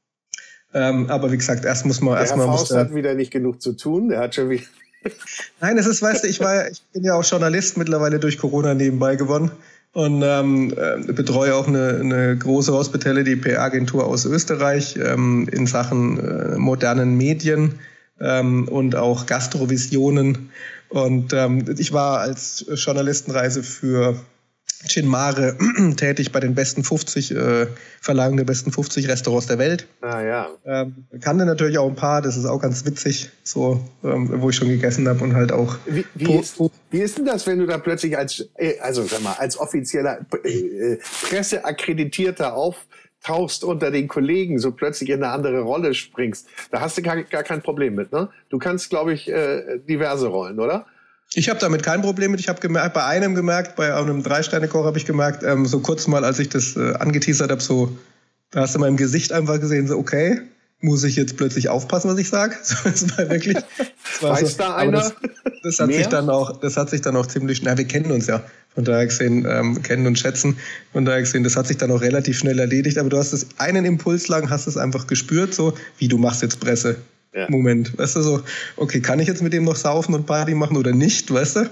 Ähm, aber wie gesagt, erst muss man... Der erst Herr mal Faust hat wieder nicht genug zu tun, der hat schon wieder... Nein, es ist, weißt du, ich, war, ich bin ja auch Journalist mittlerweile durch Corona nebenbei gewonnen und ähm, äh, betreue auch eine, eine große Hospitality P R-Agentur aus Österreich ähm, in Sachen äh, modernen Medien ähm, und auch Gastrovisionen. Und ähm, ich war als Journalistenreise für Gin Mare tätig bei den besten fünfzig, äh, Verleihung der besten fünfzig Restaurants der Welt. Ah ja. Ähm, kannte natürlich auch ein paar, das ist auch ganz witzig, so, ähm, wo ich schon gegessen habe und halt auch. Wie, wie, ist, wie ist denn das, wenn du da plötzlich als, äh, also sag mal, als offizieller äh, Presseakkreditierter auftauchst unter den Kollegen, so plötzlich in eine andere Rolle springst? Da hast du gar, gar kein Problem mit, ne? Du kannst, glaube ich, äh, diverse Rollen, oder? Ich habe damit kein Problem mit. Ich habe gemerkt, bei einem gemerkt, bei einem Drei-Sterne-Koch habe ich gemerkt, ähm, so kurz mal, als ich das äh, angeteasert habe, so, da hast du in meinem Gesicht einfach gesehen, so, okay, muss ich jetzt plötzlich aufpassen, was ich sage? So, das war wirklich. Das war Weiß so, da einer? Das, das hat sich dann auch, das hat sich dann auch ziemlich, na, wir kennen uns ja. Von daher gesehen, ähm, kennen und schätzen. Von daher gesehen, das hat sich dann auch relativ schnell erledigt. Aber du hast es einen Impuls lang, hast es einfach gespürt, so, wie du machst jetzt Presse. Ja. Moment, weißt du, so, okay, kann ich jetzt mit dem noch saufen und Party machen oder nicht, weißt du?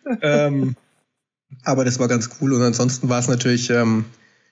ähm, aber das war ganz cool und ansonsten war es natürlich ähm,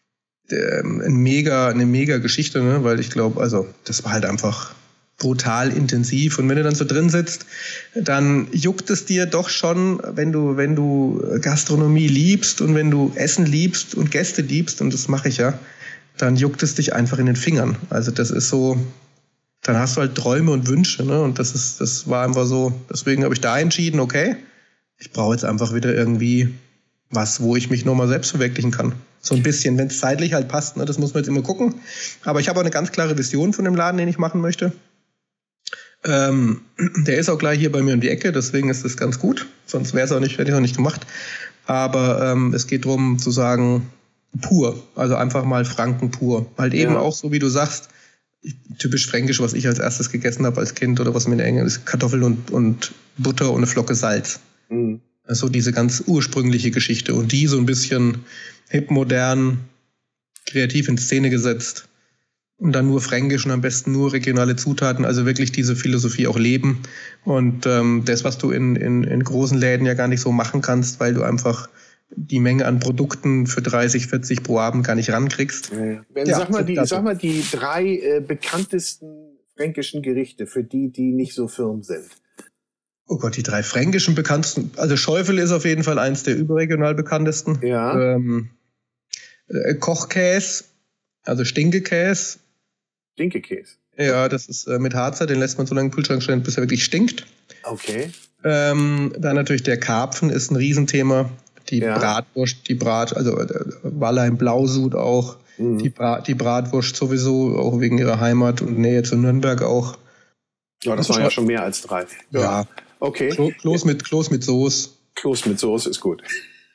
der, ein mega, eine mega Geschichte, ne? Weil ich glaube, also das war halt einfach brutal intensiv und wenn du dann so drin sitzt, dann juckt es dir doch schon, wenn du, wenn du Gastronomie liebst und wenn du Essen liebst und Gäste liebst, und das mache ich ja, dann juckt es dich einfach in den Fingern. Also das ist so... Dann hast du halt Träume und Wünsche, ne? Und das ist, das war einfach so, deswegen habe ich da entschieden, okay, ich brauche jetzt einfach wieder irgendwie was, wo ich mich nochmal selbst verwirklichen kann. So ein bisschen, wenn es zeitlich halt passt, ne? Das muss man jetzt immer gucken. Aber ich habe auch eine ganz klare Vision von dem Laden, den ich machen möchte. Ähm, der ist auch gleich hier bei mir um die Ecke, deswegen ist das ganz gut. Sonst wäre es auch nicht, hätte ich es auch nicht gemacht. Aber ähm, es geht darum zu sagen, pur, also einfach mal Franken pur. Halt eben ja. Auch so, wie du sagst, typisch fränkisch, was ich als erstes gegessen habe als Kind oder was mir in England ist, Kartoffeln und, und Butter und eine Flocke Salz. Mhm. Also diese ganz ursprüngliche Geschichte und die so ein bisschen hip, modern, kreativ in Szene gesetzt und dann nur fränkisch und am besten nur regionale Zutaten, also wirklich diese Philosophie auch leben und ähm, das, was du in, in, in großen Läden ja gar nicht so machen kannst, weil du einfach die Menge an Produkten für dreißig, vierzig pro Abend gar nicht rankriegst. Ja. Ja, sag, mal die, sag mal die drei äh, bekanntesten fränkischen Gerichte für die, die nicht so firm sind. Oh Gott, die drei fränkischen bekanntesten. Also Schäufel ist auf jeden Fall eins der überregional bekanntesten. Ja. Ähm, äh, Kochkäse, also Stinkekäse. Stinkekäse? Ja, das ist äh, mit Harzer, den lässt man so lange im Kühlschrank stehen, bis er wirklich stinkt. Okay. Ähm, dann natürlich der Karpfen ist ein Riesenthema. Die ja. Bratwurst, die Brat, also äh, Waller im Blausud auch, mhm. die, Brat, die Bratwurst sowieso, auch wegen ihrer Heimat und Nähe zu Nürnberg auch. Ja, das waren ja schon mehr als drei. Ja, ja. Okay. Klo, Kloß mit, Kloß mit Soße. Kloß mit Soße ist gut.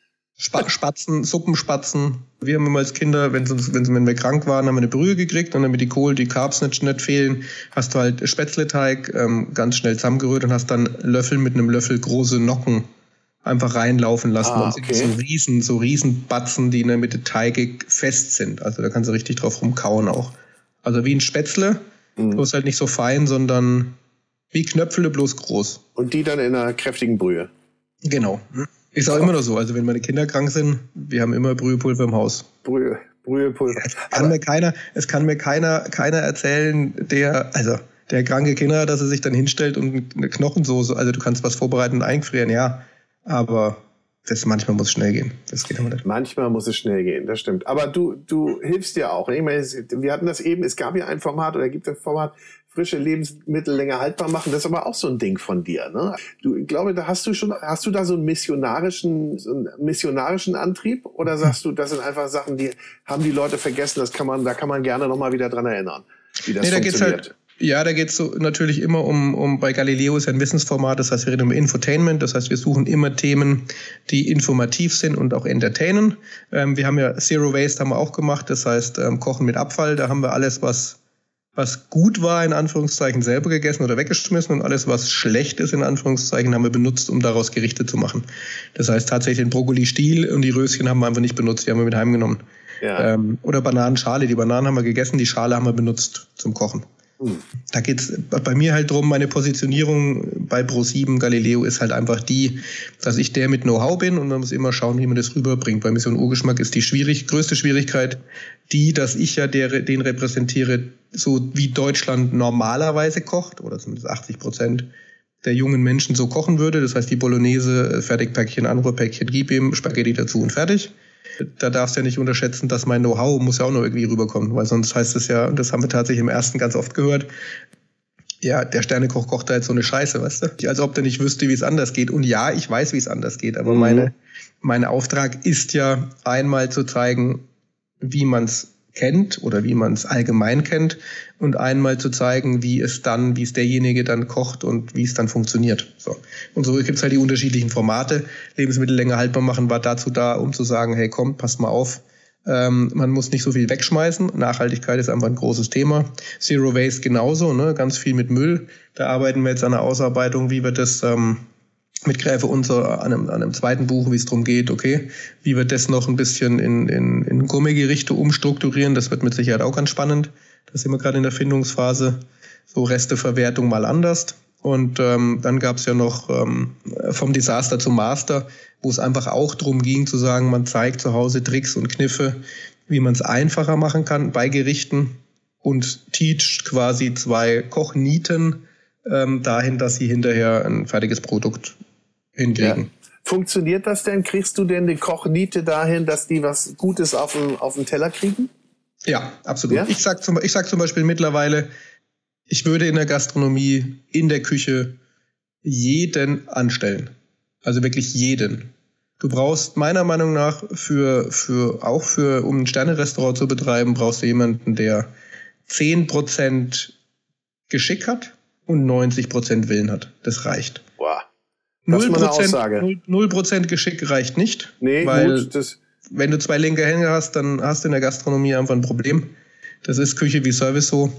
Spatzen, Suppenspatzen. Wir haben immer als Kinder, wenn, uns, wenn, wenn wir krank waren, haben wir eine Brühe gekriegt und damit die Kohl, die Carbs nicht, nicht fehlen, hast du halt Spätzleteig ähm, ganz schnell zusammengerührt und hast dann Löffel mit einem Löffel große Nocken einfach reinlaufen lassen. Ah, und okay. so riesen, so riesen Batzen, die in der Mitte teigig fest sind. Also da kannst du richtig drauf rumkauen auch. Also wie ein Spätzle, mhm. bloß halt nicht so fein, sondern wie Knöpfle, bloß groß. Und die dann in einer kräftigen Brühe. Genau. Ist auch immer noch so. Also wenn meine Kinder krank sind, wir haben immer Brühepulver im Haus. Brühe, Brühepulver. Es kann mir keiner, es kann mir keiner, keiner erzählen, der, also der kranke Kinder, dass er sich dann hinstellt und eine Knochensoße, also du kannst was vorbereiten und einfrieren, ja. Aber das manchmal muss es schnell gehen. Das geht aber nicht. Manchmal muss es schnell gehen, das stimmt. Aber du, du hilfst dir auch. Ich meine, wir hatten das eben, es gab ja ein Format oder gibt ein Format, frische Lebensmittel länger haltbar machen. Das ist aber auch so ein Ding von dir, ne? Du, ich glaube, da hast du schon, hast du da so einen missionarischen, so einen missionarischen Antrieb? Oder sagst du, das sind einfach Sachen, die haben die Leute vergessen, das kann man, da kann man gerne nochmal wieder dran erinnern, wie das nee, da funktioniert. Geht's halt Ja, da geht es so natürlich immer um, um, bei Galileo ist ein Wissensformat, das heißt, wir reden um Infotainment, das heißt, wir suchen immer Themen, die informativ sind und auch entertainen. Ähm, wir haben ja Zero Waste haben wir auch gemacht, das heißt, ähm, Kochen mit Abfall, da haben wir alles, was, was gut war, in Anführungszeichen, selber gegessen oder weggeschmissen und alles, was schlecht ist, in Anführungszeichen, haben wir benutzt, um daraus Gerichte zu machen. Das heißt, tatsächlich den Brokkoli-Stiel und die Röschen haben wir einfach nicht benutzt, die haben wir mit heimgenommen. Ja. Ähm, oder Bananenschale, die Bananen haben wir gegessen, die Schale haben wir benutzt zum Kochen. Da geht's bei mir halt drum, meine Positionierung bei ProSieben Galileo ist halt einfach die, dass ich der mit Know-how bin und man muss immer schauen, wie man das rüberbringt. Bei Mission Urgeschmack ist die schwierig, größte Schwierigkeit die, dass ich ja der, den repräsentiere, so wie Deutschland normalerweise kocht, oder zumindest achtzig Prozent der jungen Menschen so kochen würde. Das heißt, die Bolognese, Fertigpäckchen, Anrührpäckchen, gib ihm, Spaghetti dazu und fertig. Da darfst du ja nicht unterschätzen, dass mein Know-how muss ja auch noch irgendwie rüberkommen, weil sonst heißt es ja, und das haben wir tatsächlich im ersten ganz oft gehört, ja, der Sternekoch kocht da jetzt so eine Scheiße, weißt du? Als ob der nicht wüsste, wie es anders geht. Und ja, ich weiß, wie es anders geht, aber mhm. meine, mein Auftrag ist ja einmal zu zeigen, wie man es kennt oder wie man es allgemein kennt und einmal zu zeigen, wie es dann, wie es derjenige dann kocht und wie es dann funktioniert. So. Und so gibt es halt die unterschiedlichen Formate. Lebensmittel länger haltbar machen war dazu da, um zu sagen, hey komm, passt mal auf, ähm, man muss nicht so viel wegschmeißen. Nachhaltigkeit ist einfach ein großes Thema. Zero Waste genauso, ne? Ganz viel mit Müll. Da arbeiten wir jetzt an der Ausarbeitung, wie wir das ähm, mit Gräfe unser an einem, an einem zweiten Buch, wie es darum geht, okay, wie wir das noch ein bisschen in, in, in Gourmetgerichte umstrukturieren. Das wird mit Sicherheit auch ganz spannend. Da sind wir gerade in der Findungsphase. So Resteverwertung mal anders. Und ähm, dann gab es ja noch ähm, vom Desaster zum Master, wo es einfach auch darum ging zu sagen, man zeigt zu Hause Tricks und Kniffe, wie man es einfacher machen kann bei Gerichten und teacht quasi zwei Kochnieten ähm, dahin, dass sie hinterher ein fertiges Produkt hinkriegen. Ja. Funktioniert das denn? Kriegst du denn die Kochniete dahin, dass die was Gutes auf den, auf den Teller kriegen? Ja, absolut. Ja? Ich sag zum, ich sag zum Beispiel mittlerweile, ich würde in der Gastronomie, in der Küche jeden anstellen. Also wirklich jeden. Du brauchst meiner Meinung nach für, für, auch für, um ein Sterne-Restaurant zu betreiben, brauchst du jemanden, der zehn Prozent Geschick hat und neunzig Prozent Willen hat. Das reicht. Boah. Das ist eine Aussage. null Prozent Geschick reicht nicht. Nee, weil gut. Das wenn du zwei linke Hände hast, dann hast du in der Gastronomie einfach ein Problem. Das ist Küche wie Service so.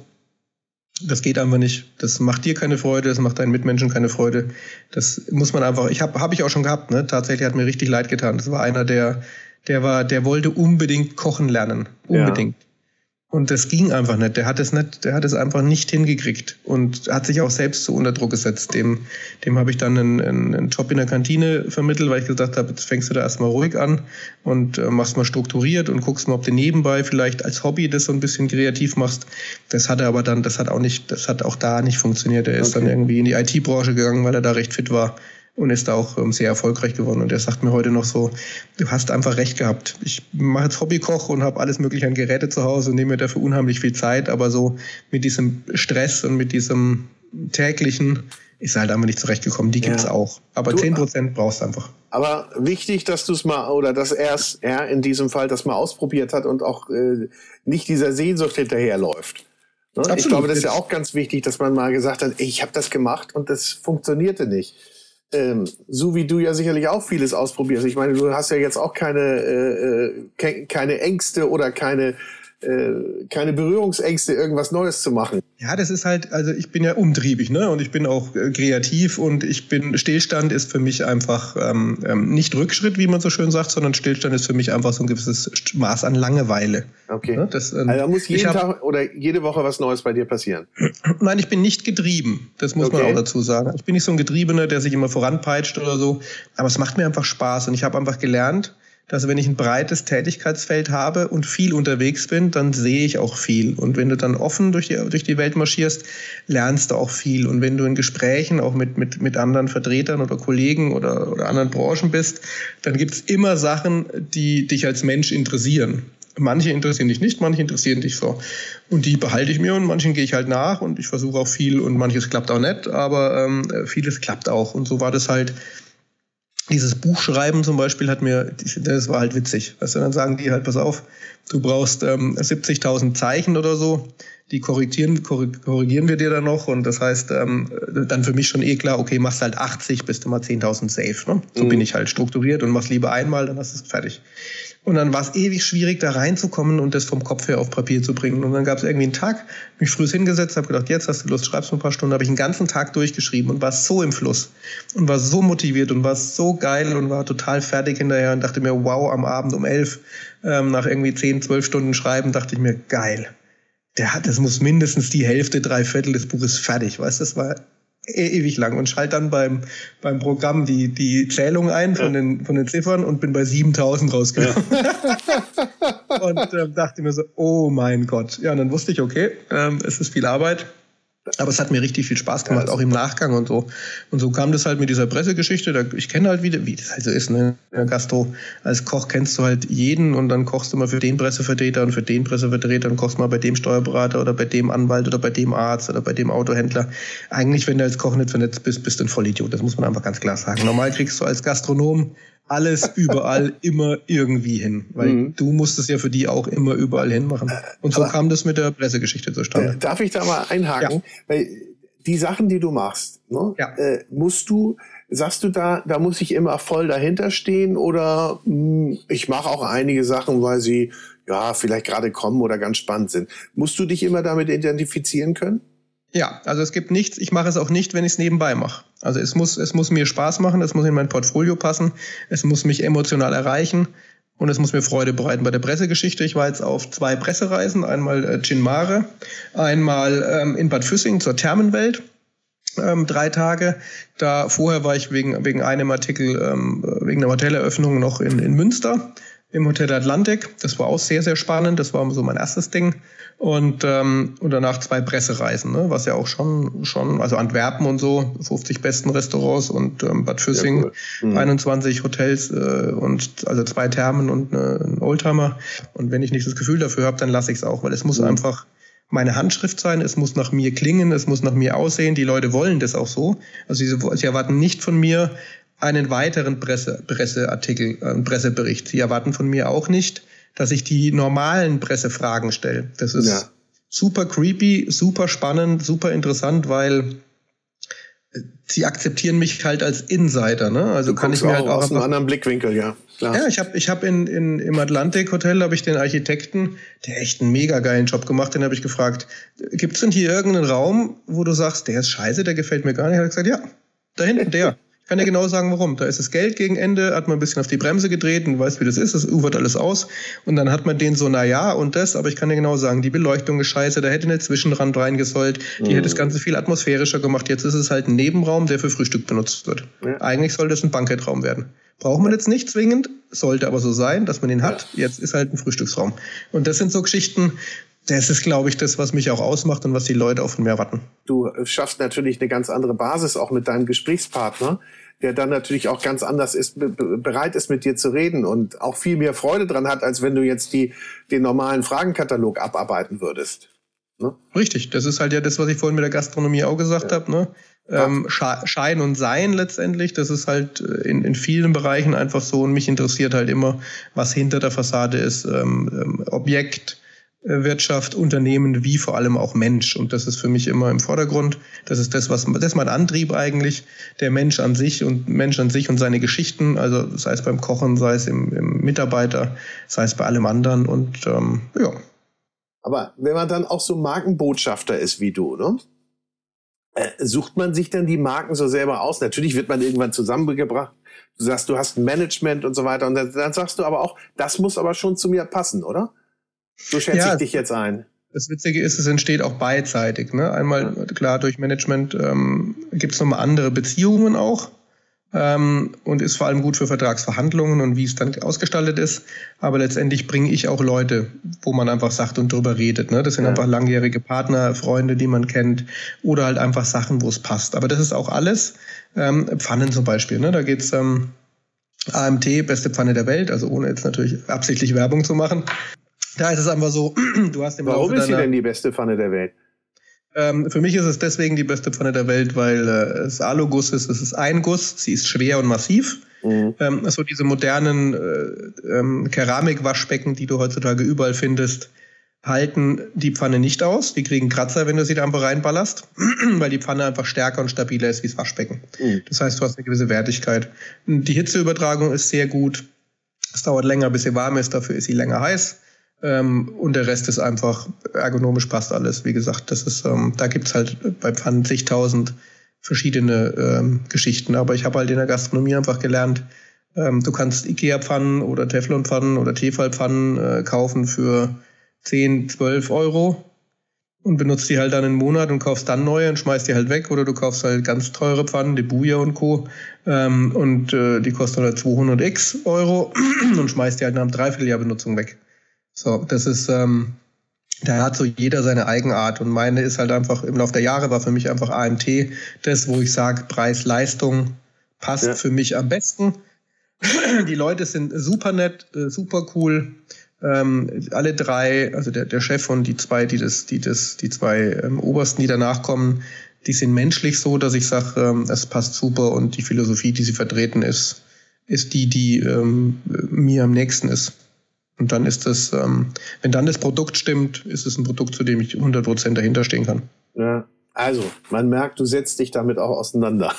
Das geht einfach nicht. Das macht dir keine Freude, das macht deinen Mitmenschen keine Freude. Das muss man einfach, ich habe hab ich auch schon gehabt, ne? Tatsächlich hat mir richtig leid getan. Das war einer, der, der war, der wollte unbedingt kochen lernen. Unbedingt. Ja. Und das ging einfach nicht. Der hat es nicht, der hat es einfach nicht hingekriegt und hat sich auch selbst so unter Druck gesetzt. Dem, dem habe ich dann einen, einen Job in der Kantine vermittelt, weil ich gesagt habe, jetzt fängst du da erstmal ruhig an und äh, machst mal strukturiert und guckst mal, ob du nebenbei vielleicht als Hobby das so ein bisschen kreativ machst. Das hat er aber dann, das hat auch nicht, das hat auch da nicht funktioniert. Er ist okay. dann irgendwie in die I T-Branche gegangen, weil er da recht fit war. Und ist da auch ähm, sehr erfolgreich geworden. Und er sagt mir heute noch so, du hast einfach recht gehabt. Ich mache jetzt Hobbykoch und habe alles mögliche an Geräte zu Hause und nehme mir dafür unheimlich viel Zeit. Aber so mit diesem Stress und mit diesem täglichen ist halt einfach nicht zurechtgekommen. Die gibt's ja auch. Aber du, zehn Prozent brauchst du einfach. Aber wichtig, dass du es mal, oder dass er es, er in diesem Fall das mal ausprobiert hat und auch äh, nicht dieser Sehnsucht hinterherläuft. Ne? Ich glaube, das ist ja auch ganz wichtig, dass man mal gesagt hat, ey, ich habe das gemacht und das funktionierte nicht. Ähm, so wie du ja sicherlich auch vieles ausprobierst. Ich meine, du hast ja jetzt auch keine, äh, ke- keine Ängste oder keine keine Berührungsängste, irgendwas Neues zu machen. Ja, das ist halt, also ich bin ja umtriebig, ne? Und ich bin auch äh, kreativ und ich bin, Stillstand ist für mich einfach ähm, nicht Rückschritt, wie man so schön sagt, sondern Stillstand ist für mich einfach so ein gewisses Maß an Langeweile. Okay. Ne? Das, ähm, also da muss jeden hab, Tag oder jede Woche was Neues bei dir passieren? Nein, ich bin nicht getrieben. Das muss okay. man auch dazu sagen. Ich bin nicht so ein Getriebener, der sich immer voranpeitscht oder so. Aber es macht mir einfach Spaß und ich habe einfach gelernt, dass wenn ich ein breites Tätigkeitsfeld habe und viel unterwegs bin, dann sehe ich auch viel. Und wenn du dann offen durch die, durch die Welt marschierst, lernst du auch viel. Und wenn du in Gesprächen auch mit, mit, mit anderen Vertretern oder Kollegen oder, oder anderen Branchen bist, dann gibt's immer Sachen, die dich als Mensch interessieren. Manche interessieren dich nicht, manche interessieren dich so. Und die behalte ich mir und manchen gehe ich halt nach und ich versuche auch viel und manches klappt auch nicht, aber ähm, vieles klappt auch. Und so war das halt. Dieses Buchschreiben zum Beispiel hat mir, das war halt witzig. Weißt du, dann sagen die halt, pass auf, du brauchst ähm, siebzigtausend Zeichen oder so, die korrigieren, korrigieren wir dir dann noch. Und das heißt, ähm, dann für mich schon eh klar, okay, machst halt achtzig, bist du mal zehntausend safe. Ne? So mhm. bin ich halt strukturiert und machst lieber einmal, dann hast du es fertig. Und dann war es ewig schwierig, da reinzukommen und das vom Kopf her auf Papier zu bringen. Und dann gab es irgendwie einen Tag, mich früh hingesetzt, habe gedacht, jetzt hast du Lust, schreibst du ein paar Stunden. Habe ich einen ganzen Tag durchgeschrieben und war so im Fluss und war so motiviert und war so geil und war total fertig hinterher und dachte mir, wow, am Abend um elf, ähm, nach irgendwie zehn, zwölf Stunden Schreiben, dachte ich mir, geil. Der hat, das muss mindestens die Hälfte, drei Viertel des Buches fertig, weißt du, das war ewig lang und schalte dann beim beim Programm die die Zählung ein von ja. den von den Ziffern und bin bei siebentausend rausgekommen. Ja. Und äh, dachte mir so, oh mein Gott. Ja, und dann wusste ich, okay, ähm, es ist viel Arbeit. Aber es hat mir richtig viel Spaß gemacht, ja, auch im Nachgang und so. Und so kam das halt mit dieser Pressegeschichte. Da, ich kenne halt wieder, wie das halt so ist, ne? In der Gastro, als Koch kennst du halt jeden und dann kochst du mal für den Pressevertreter und für den Pressevertreter und kochst mal bei dem Steuerberater oder bei dem Anwalt oder bei dem Arzt oder bei dem Autohändler. Eigentlich, wenn du als Koch nicht vernetzt bist, bist du ein Vollidiot. Das muss man einfach ganz klar sagen. Normal kriegst du als Gastronom alles überall immer irgendwie hin, weil mhm. du musst es ja für die auch immer überall hinmachen. Und so Aber, kam das mit der Pressegeschichte zustande. Äh, darf ich da mal einhaken? Ja. Weil die Sachen, die du machst, ne, ja. äh, musst du, sagst du da, da muss ich immer voll dahinter stehen oder mh, ich mache auch einige Sachen, weil sie ja vielleicht gerade kommen oder ganz spannend sind. Musst du dich immer damit identifizieren können? Ja, also es gibt nichts, ich mache es auch nicht, wenn ich es nebenbei mache. Also es muss, es muss mir Spaß machen, es muss in mein Portfolio passen, es muss mich emotional erreichen und es muss mir Freude bereiten. Bei der Pressegeschichte, ich war jetzt auf zwei Pressereisen, einmal äh, Gin Mare, einmal ähm, in Bad Füssing zur Thermenwelt, ähm, drei Tage. Da vorher war ich wegen, wegen einem Artikel, ähm, wegen einer Hoteleröffnung noch in, in Münster. Im Hotel Atlantik. Das war auch sehr, sehr spannend. Das war so mein erstes Ding. Und, ähm, und danach zwei Pressereisen, ne? Was ja auch schon, schon, also Antwerpen und so, fünfzig besten Restaurants und ähm, Bad Füssing, ja, cool. mhm. einundzwanzig Hotels äh, und also zwei Thermen und eine, ein Oldtimer. Und wenn ich nicht das Gefühl dafür habe, dann lasse ich es auch, weil es muss mhm. einfach meine Handschrift sein, es muss nach mir klingen, es muss nach mir aussehen. Die Leute wollen das auch so. Also sie, sie erwarten nicht von mir einen weiteren Presse, Presseartikel, einen Pressebericht. Sie erwarten von mir auch nicht, dass ich die normalen Pressefragen stelle. Das ist ja. super creepy, super spannend, super interessant, weil sie akzeptieren mich halt als Insider. Ne? Also du kann ich mir halt auch aus einem anderen Blickwinkel, ja. Klar. Ja, ich habe ich hab in, in, im Atlantik Hotel habe ich den Architekten, der echt einen mega geilen Job gemacht, den habe ich gefragt, gibt's denn hier irgendeinen Raum, wo du sagst, der ist scheiße, der gefällt mir gar nicht? Er hat gesagt, ja, da hinten der. Ich kann dir genau sagen, warum. Da ist das Geld gegen Ende, hat man ein bisschen auf die Bremse gedreht und weißt, wie das ist, das ufert alles aus. Und dann hat man den so, na ja, und das, aber ich kann dir genau sagen, die Beleuchtung ist scheiße, da hätte eine Zwischenrand reingesollt, die mhm. hätte das Ganze viel atmosphärischer gemacht. Jetzt ist es halt ein Nebenraum, der für Frühstück benutzt wird. Ja. Eigentlich soll das ein Bankettraum werden. Braucht man jetzt nicht zwingend, sollte aber so sein, dass man den hat. Jetzt ist halt ein Frühstücksraum. Und das sind so Geschichten, das ist, glaube ich, das, was mich auch ausmacht und was die Leute auch von mir erwarten. Du schaffst natürlich eine ganz andere Basis auch mit deinem Gesprächspartner, der dann natürlich auch ganz anders ist, be- bereit ist, mit dir zu reden und auch viel mehr Freude dran hat, als wenn du jetzt die, den normalen Fragenkatalog abarbeiten würdest. Ne? Richtig, das ist halt ja das, was ich vorhin mit der Gastronomie auch gesagt ja. habe. Ne? Ähm, Schein und Sein letztendlich, das ist halt in, in vielen Bereichen einfach so und mich interessiert halt immer, was hinter der Fassade ist. Ähm, Objekt, Wirtschaft, Unternehmen, wie vor allem auch Mensch. Und das ist für mich immer im Vordergrund. Das ist das, was das ist mein Antrieb eigentlich, der Mensch an sich und Mensch an sich und seine Geschichten, also sei es beim Kochen, sei es im, im Mitarbeiter, sei es bei allem anderen und ähm, ja. Aber wenn man dann auch so Markenbotschafter ist wie du, ne? Äh, sucht man sich dann die Marken so selber aus? Natürlich wird man irgendwann zusammengebracht. Du sagst, du hast ein Management und so weiter. Und dann, dann sagst du aber auch, das muss aber schon zu mir passen, oder? So schätze ja, ich dich jetzt ein. Das Witzige ist, es entsteht auch beidseitig. Ne? Einmal, klar, durch Management ähm, gibt es nochmal andere Beziehungen auch. Ähm, und ist vor allem gut für Vertragsverhandlungen und wie es dann ausgestaltet ist. Aber letztendlich bringe ich auch Leute, wo man einfach sagt und drüber redet. Ne? Das sind ja. einfach langjährige Partner, Freunde, die man kennt oder halt einfach Sachen, wo es passt. Aber das ist auch alles. Ähm, Pfannen zum Beispiel. Ne? Da geht's ähm, A M T, beste Pfanne der Welt, also ohne jetzt natürlich absichtlich Werbung zu machen. Da ist es einfach so, du hast im Warum ist sie denn die beste Pfanne der Welt? Ähm, für mich ist es deswegen die beste Pfanne der Welt, weil äh, es Aluguss ist, es ist Einguss, sie ist schwer und massiv. Mhm. Ähm, also diese modernen äh, ähm, Keramikwaschbecken, die du heutzutage überall findest, halten die Pfanne nicht aus. Die kriegen Kratzer, wenn du sie da einfach reinballerst, weil die Pfanne einfach stärker und stabiler ist wie das Waschbecken. Mhm. Das heißt, du hast eine gewisse Wertigkeit. Die Hitzeübertragung ist sehr gut. Es dauert länger, bis sie warm ist, dafür ist sie länger heiß. Ähm, und der Rest ist einfach ergonomisch, passt alles. Wie gesagt, das ist, ähm, da gibt's halt bei Pfannen zigtausend verschiedene ähm, Geschichten. Aber ich habe halt in der Gastronomie einfach gelernt, ähm, du kannst Ikea-Pfannen oder Teflon-Pfannen oder Tefal-Pfannen äh, kaufen für zehn, zwölf Euro und benutzt die halt dann einen Monat und kaufst dann neue und schmeißt die halt weg. Oder du kaufst halt ganz teure Pfannen, die Buja und Co. Ähm, und äh, die kosten halt zweihundert x Euro und schmeißt die halt nach einem Dreivierteljahr Benutzung weg. So, das ist, ähm, da hat so jeder seine Eigenart und meine ist halt einfach, im Laufe der Jahre war für mich einfach A M T das, wo ich sage, Preis-Leistung passt ja. für mich am besten. Die Leute sind super nett, super cool. Ähm, alle drei, also der, der Chef und die zwei, die das, die das, die zwei ähm, Obersten, die danach kommen, die sind menschlich so, dass ich sage, ähm, es passt super und die Philosophie, die sie vertreten, ist, ist die, die ähm, mir am nächsten ist. Und dann ist das, ähm, wenn dann das Produkt stimmt, ist es ein Produkt, zu dem ich hundert Prozent dahinter stehen kann. Ja, also, man merkt, du setzt dich damit auch auseinander.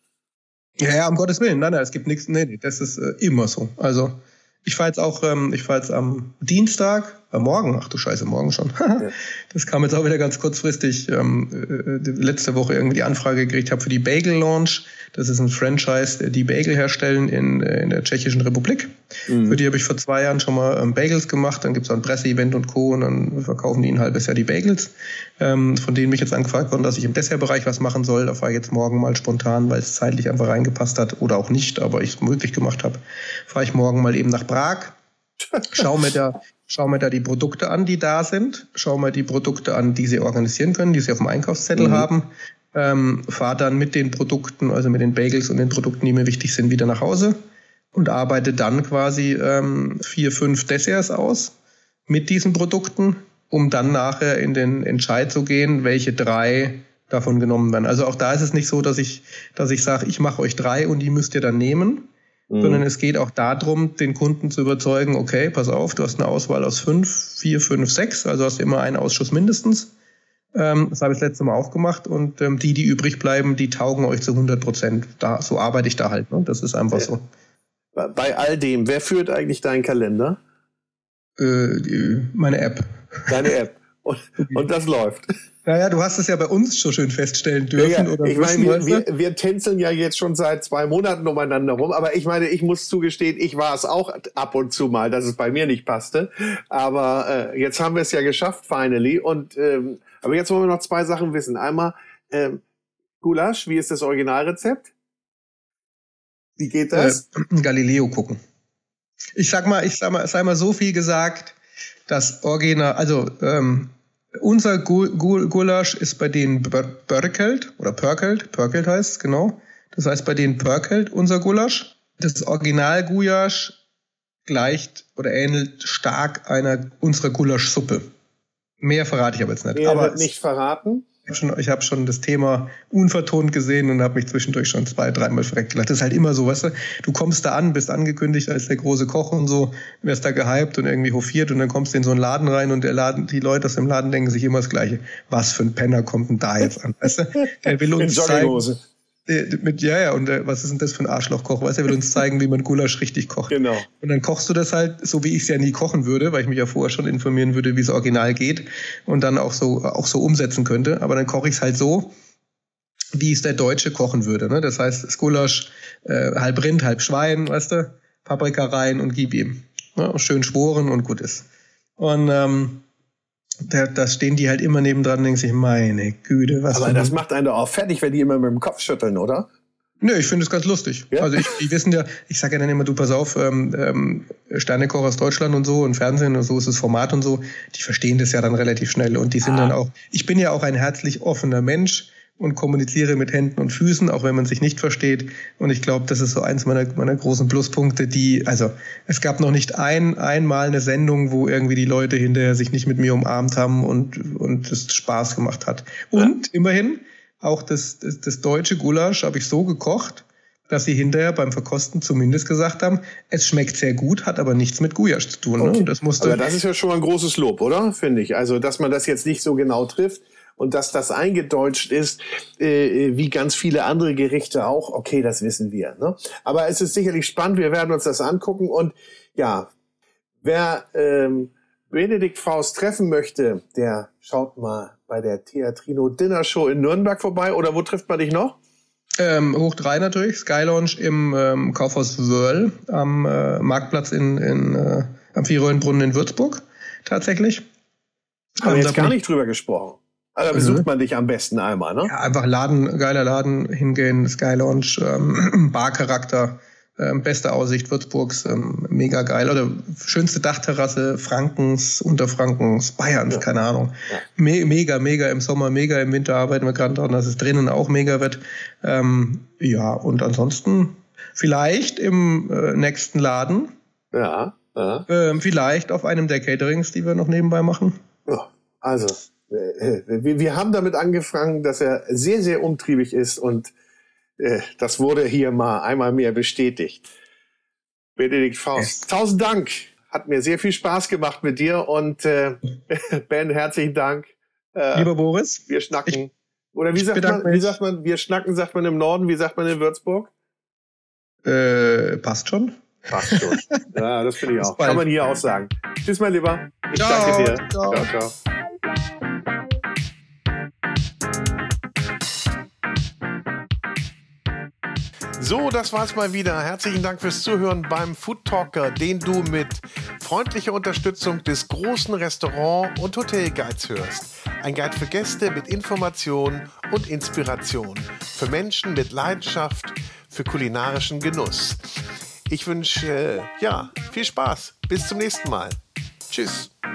Ja, ja, um Gottes Willen. Nein, nein, es gibt nichts. Nee, nee, das ist äh, immer so. Also, ich fahre jetzt auch, ähm, ich fahre jetzt am Dienstag, äh, morgen, ach du Scheiße, morgen schon. Ja. Das kam jetzt auch wieder ganz kurzfristig. Ähm, äh, letzte Woche irgendwie die Anfrage gekriegt habe für die Bagel Launch. Das ist ein Franchise, die Bagel herstellen in, in der Tschechischen Republik. Mhm. Für die habe ich vor zwei Jahren schon mal ähm, Bagels gemacht. Dann gibt es ein Presseevent und Co. Und dann verkaufen die ein halbes Jahr die Bagels. Ähm, von denen mich jetzt angefragt worden, dass ich im Dessertbereich was machen soll. Da fahre ich jetzt morgen mal spontan, weil es zeitlich einfach reingepasst hat. Oder auch nicht, aber ich es möglich gemacht habe. Fahre ich morgen mal eben nach Prag. Schau mir da, schau mir da die Produkte an, die da sind. Schau mir die Produkte an, die sie organisieren können, die sie auf dem Einkaufszettel mhm. haben. Ähm, fahre dann mit den Produkten, also mit den Bagels und den Produkten, die mir wichtig sind, wieder nach Hause und arbeite dann quasi ähm, vier, fünf Desserts aus mit diesen Produkten, um dann nachher in den Entscheid zu gehen, welche drei davon genommen werden. Also auch da ist es nicht so, dass ich, dass ich sage, ich mache euch drei und die müsst ihr dann nehmen, mhm. sondern es geht auch darum, den Kunden zu überzeugen, okay, pass auf, du hast eine Auswahl aus fünf, vier, fünf, sechs, also hast du immer einen Ausschuss mindestens. Ähm, das habe ich das letzte Mal auch gemacht und ähm, die, die übrig bleiben, die taugen euch zu hundert Prozent. Da, so arbeite ich da halt. Ne? Das ist einfach ja. so. Bei all dem, wer führt eigentlich deinen Kalender? Äh, die, meine App. Deine App. Und, und das läuft. Naja, du hast es ja bei uns schon schön feststellen dürfen. Ja, ja. Oder ich meine, wir, wir, wir tänzeln ja jetzt schon seit zwei Monaten umeinander rum, aber ich meine, ich muss zugestehen, ich war es auch ab und zu mal, dass es bei mir nicht passte. Aber äh, jetzt haben wir es ja geschafft, finally. Und ähm, aber jetzt wollen wir noch zwei Sachen wissen. Einmal, ähm, Gulasch, wie ist das Originalrezept? Wie geht das? Äh, Galileo gucken. Ich sag mal, ich sag mal, sei mal so viel gesagt, dass Original, also ähm, unser Gu- Gu- Gulasch ist bei denen Pörkelt oder Pörkelt, Pörkelt heißt es, genau. Das heißt bei denen Pörkelt unser Gulasch. Das Original Gulasch gleicht oder ähnelt stark einer unserer Gulaschsuppe. Mehr verrate ich aber jetzt nicht. Mehr aber wird nicht verraten. Ich habe schon, ich hab schon das Thema unvertont gesehen und habe mich zwischendurch schon zwei, dreimal verreckt gelacht. Das ist halt immer so, weißt du, du kommst da an, bist angekündigt als der große Koch und so, wirst da gehypt und irgendwie hofiert und dann kommst du in so einen Laden rein und der Laden, die Leute aus dem Laden denken sich immer das Gleiche. Was für ein Penner kommt denn da jetzt an? Weißt du? Der will uns zeigen, mit, ja, ja, und äh, was ist denn das für ein Arschlochkoch? Weißt du, er will uns zeigen, wie man Gulasch richtig kocht. Genau. Und dann kochst du das halt, so wie ich es ja nie kochen würde, weil ich mich ja vorher schon informieren würde, wie es original geht und dann auch so, auch so umsetzen könnte. Aber dann koche ich es halt so, wie es der Deutsche kochen würde. Ne? Das heißt, das Gulasch äh, halb Rind, halb Schwein, weißt du, Paprika rein und gib ihm. Ne? Schön schworen und gut ist. Und ähm, Da, da stehen die halt immer nebendran und denken sich, meine Güte, was. Aber das macht einen doch auch fertig, wenn die immer mit dem Kopf schütteln, oder? Nö, ich finde es ganz lustig. Ja? Also ich, die wissen ja, ich sage ja dann immer, du pass auf, ähm, ähm, Sternekoch aus Deutschland und so und Fernsehen und so ist das Format und so, die verstehen das ja dann relativ schnell und die sind ah. dann auch, ich bin ja auch ein herzlich offener Mensch und kommuniziere mit Händen und Füßen, auch wenn man sich nicht versteht. Und ich glaube, das ist so eins meiner, meiner großen Pluspunkte, die, also es gab noch nicht ein, einmal eine Sendung, wo irgendwie die Leute hinterher sich nicht mit mir umarmt haben und, und es Spaß gemacht hat. Und ja. immerhin, auch das, das, das deutsche Gulasch habe ich so gekocht, dass sie hinterher beim Verkosten zumindest gesagt haben, es schmeckt sehr gut, hat aber nichts mit Gulasch zu tun. Okay. Ne? Das musste aber das ist ja schon mal ein großes Lob, oder? Finde ich. Also, dass man das jetzt nicht so genau trifft. Und dass das eingedeutscht ist, äh, wie ganz viele andere Gerichte auch, okay, das wissen wir. Ne? Aber es ist sicherlich spannend, wir werden uns das angucken. Und ja, wer ähm, Benedikt Faust treffen möchte, der schaut mal bei der Theatrino Dinner Show in Nürnberg vorbei. Oder wo trifft man dich noch? Ähm, hoch drei natürlich, Sky Lounge im ähm, Kaufhaus Wörl am äh, Marktplatz in, in äh, am Vierröhrenbrunnen in Würzburg tatsächlich. Haben wir jetzt gar nicht drüber gesprochen. Also besucht man dich am besten einmal, ne? Ja, einfach Laden, geiler Laden, hingehen, Sky Lounge, ähm, Barcharakter, ähm, beste Aussicht Würzburgs, ähm, mega geil. Oder schönste Dachterrasse Frankens, Unterfrankens, Bayerns, ja. keine Ahnung. Ja. Me- mega, mega im Sommer, mega im Winter arbeiten wir gerade daran, dass es drinnen auch mega wird. Ähm, ja, und ansonsten vielleicht im äh, nächsten Laden. Ja. ja. Ähm, vielleicht auf einem der Caterings, die wir noch nebenbei machen. Ja, also... Wir, wir haben damit angefangen, dass er sehr, sehr umtriebig ist und äh, das wurde hier mal einmal mehr bestätigt. Benedikt Faust, yes. Tausend Dank. Hat mir sehr viel Spaß gemacht mit dir und äh, Ben, herzlichen Dank. Äh, Lieber Boris. Wir schnacken. Ich, Oder wie sagt man, wie sagt man, wir schnacken, sagt man im Norden, wie sagt man in Würzburg? Äh, passt schon. Passt schon. Ja, das finde ich auch. Kann man hier auch sagen. Tschüss, mein Lieber. Ich ciao, danke dir. Ciao, ciao. ciao. So, das war's mal wieder. Herzlichen Dank fürs Zuhören beim Food Talker, den du mit freundlicher Unterstützung des großen Restaurant- und Hotelguides hörst. Ein Guide für Gäste mit Information und Inspiration. Für Menschen mit Leidenschaft für kulinarischen Genuss. Ich wünsche, äh, ja, viel Spaß. Bis zum nächsten Mal. Tschüss.